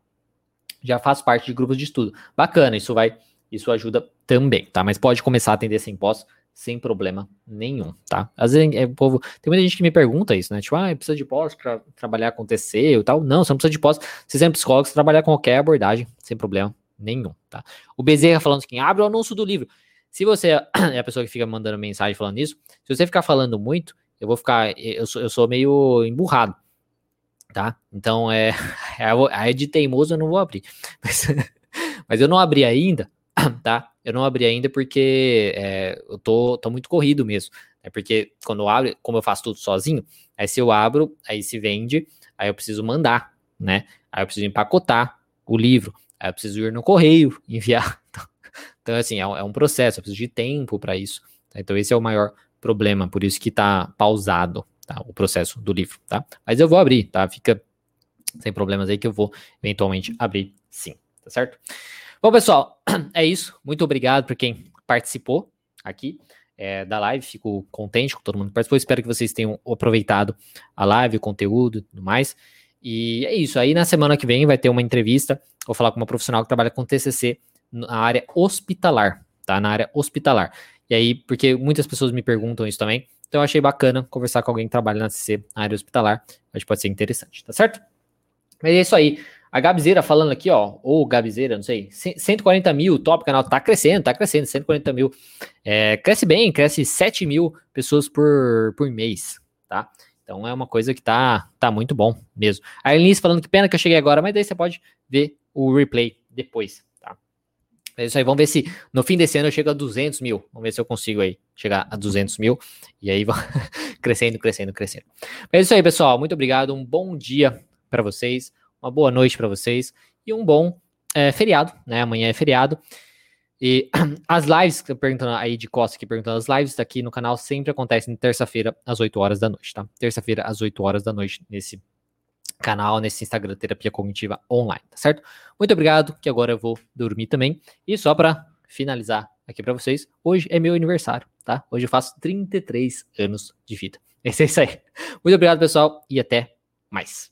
Já faz parte de grupos de estudo. Bacana, isso vai, isso ajuda também, tá? Mas pode começar a atender sem pós, sem problema nenhum, tá? Às vezes, é, o povo, tem muita gente que me pergunta isso, né? Tipo, ah, precisa de pós para trabalhar com T C e tal. Não, você não precisa de pós, você sempre psicólogo, você trabalhar com qualquer abordagem, sem problema nenhum, tá? O Bezerra falando assim, abre o anúncio do livro. Se você é a pessoa que fica mandando mensagem falando isso, se você ficar falando muito, eu vou ficar, eu sou, eu sou meio emburrado, tá? Então, é, é de teimoso eu não vou abrir. Mas, mas eu não abri ainda, tá? Eu não abri ainda porque é, eu tô, tô muito corrido mesmo. É porque quando eu abro, como eu faço tudo sozinho, aí se eu abro, aí se vende, aí eu preciso mandar, né? Aí eu preciso empacotar o livro, aí eu preciso ir no correio, enviar. Então, assim, é um, é um processo, eu preciso de tempo para isso. Tá? Então, esse é o maior problema, por isso que tá pausado, tá? O processo do livro, tá? Mas eu vou abrir, tá? Fica sem problemas aí que eu vou eventualmente abrir sim, tá certo? Bom, pessoal, é isso. Muito obrigado por quem participou aqui é, da live. Fico contente com todo mundo que participou. Espero que vocês tenham aproveitado a live, o conteúdo e tudo mais. E é isso. Aí, na semana que vem, vai ter uma entrevista. Vou falar com uma profissional que trabalha com T C C na área hospitalar, tá? Na área hospitalar. E aí, porque muitas pessoas me perguntam isso também, então eu achei bacana conversar com alguém que trabalha na T C C, na área hospitalar. Acho que pode ser interessante, tá certo? Mas é isso aí. A Gabizeira falando aqui, ó, ou Gabizeira, não sei, cento e quarenta mil, top canal, tá crescendo, tá crescendo, cento e quarenta mil, é, cresce bem, cresce sete mil pessoas por, por mês, tá? Então é uma coisa que tá, tá muito bom mesmo. A Elinice falando que pena que eu cheguei agora, mas daí você pode ver o replay depois, tá? É isso aí, vamos ver se no fim desse ano eu chego a duzentos mil, vamos ver se eu consigo aí chegar a duzentos mil, e aí crescendo, crescendo, crescendo. É isso aí, pessoal, muito obrigado, um bom dia para vocês, uma boa noite para vocês e um bom é, feriado, né? Amanhã é feriado. E as lives, perguntando aí de Costa aqui, perguntando, as lives aqui no canal sempre acontecem terça-feira às oito horas da noite, tá? Terça-feira às oito horas da noite nesse canal, nesse Instagram Terapia Cognitiva Online, tá certo? Muito obrigado, que agora eu vou dormir também. E só para finalizar aqui para vocês, hoje é meu aniversário, tá? Hoje eu faço trinta e três anos de vida. Esse é isso aí. Muito obrigado, pessoal, e até mais.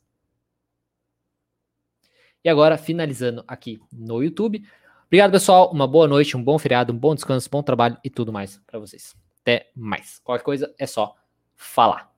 E agora, finalizando aqui no YouTube. Obrigado, pessoal. Uma boa noite, um bom feriado, um bom descanso, bom trabalho e tudo mais para vocês. Até mais. Qualquer coisa é só falar.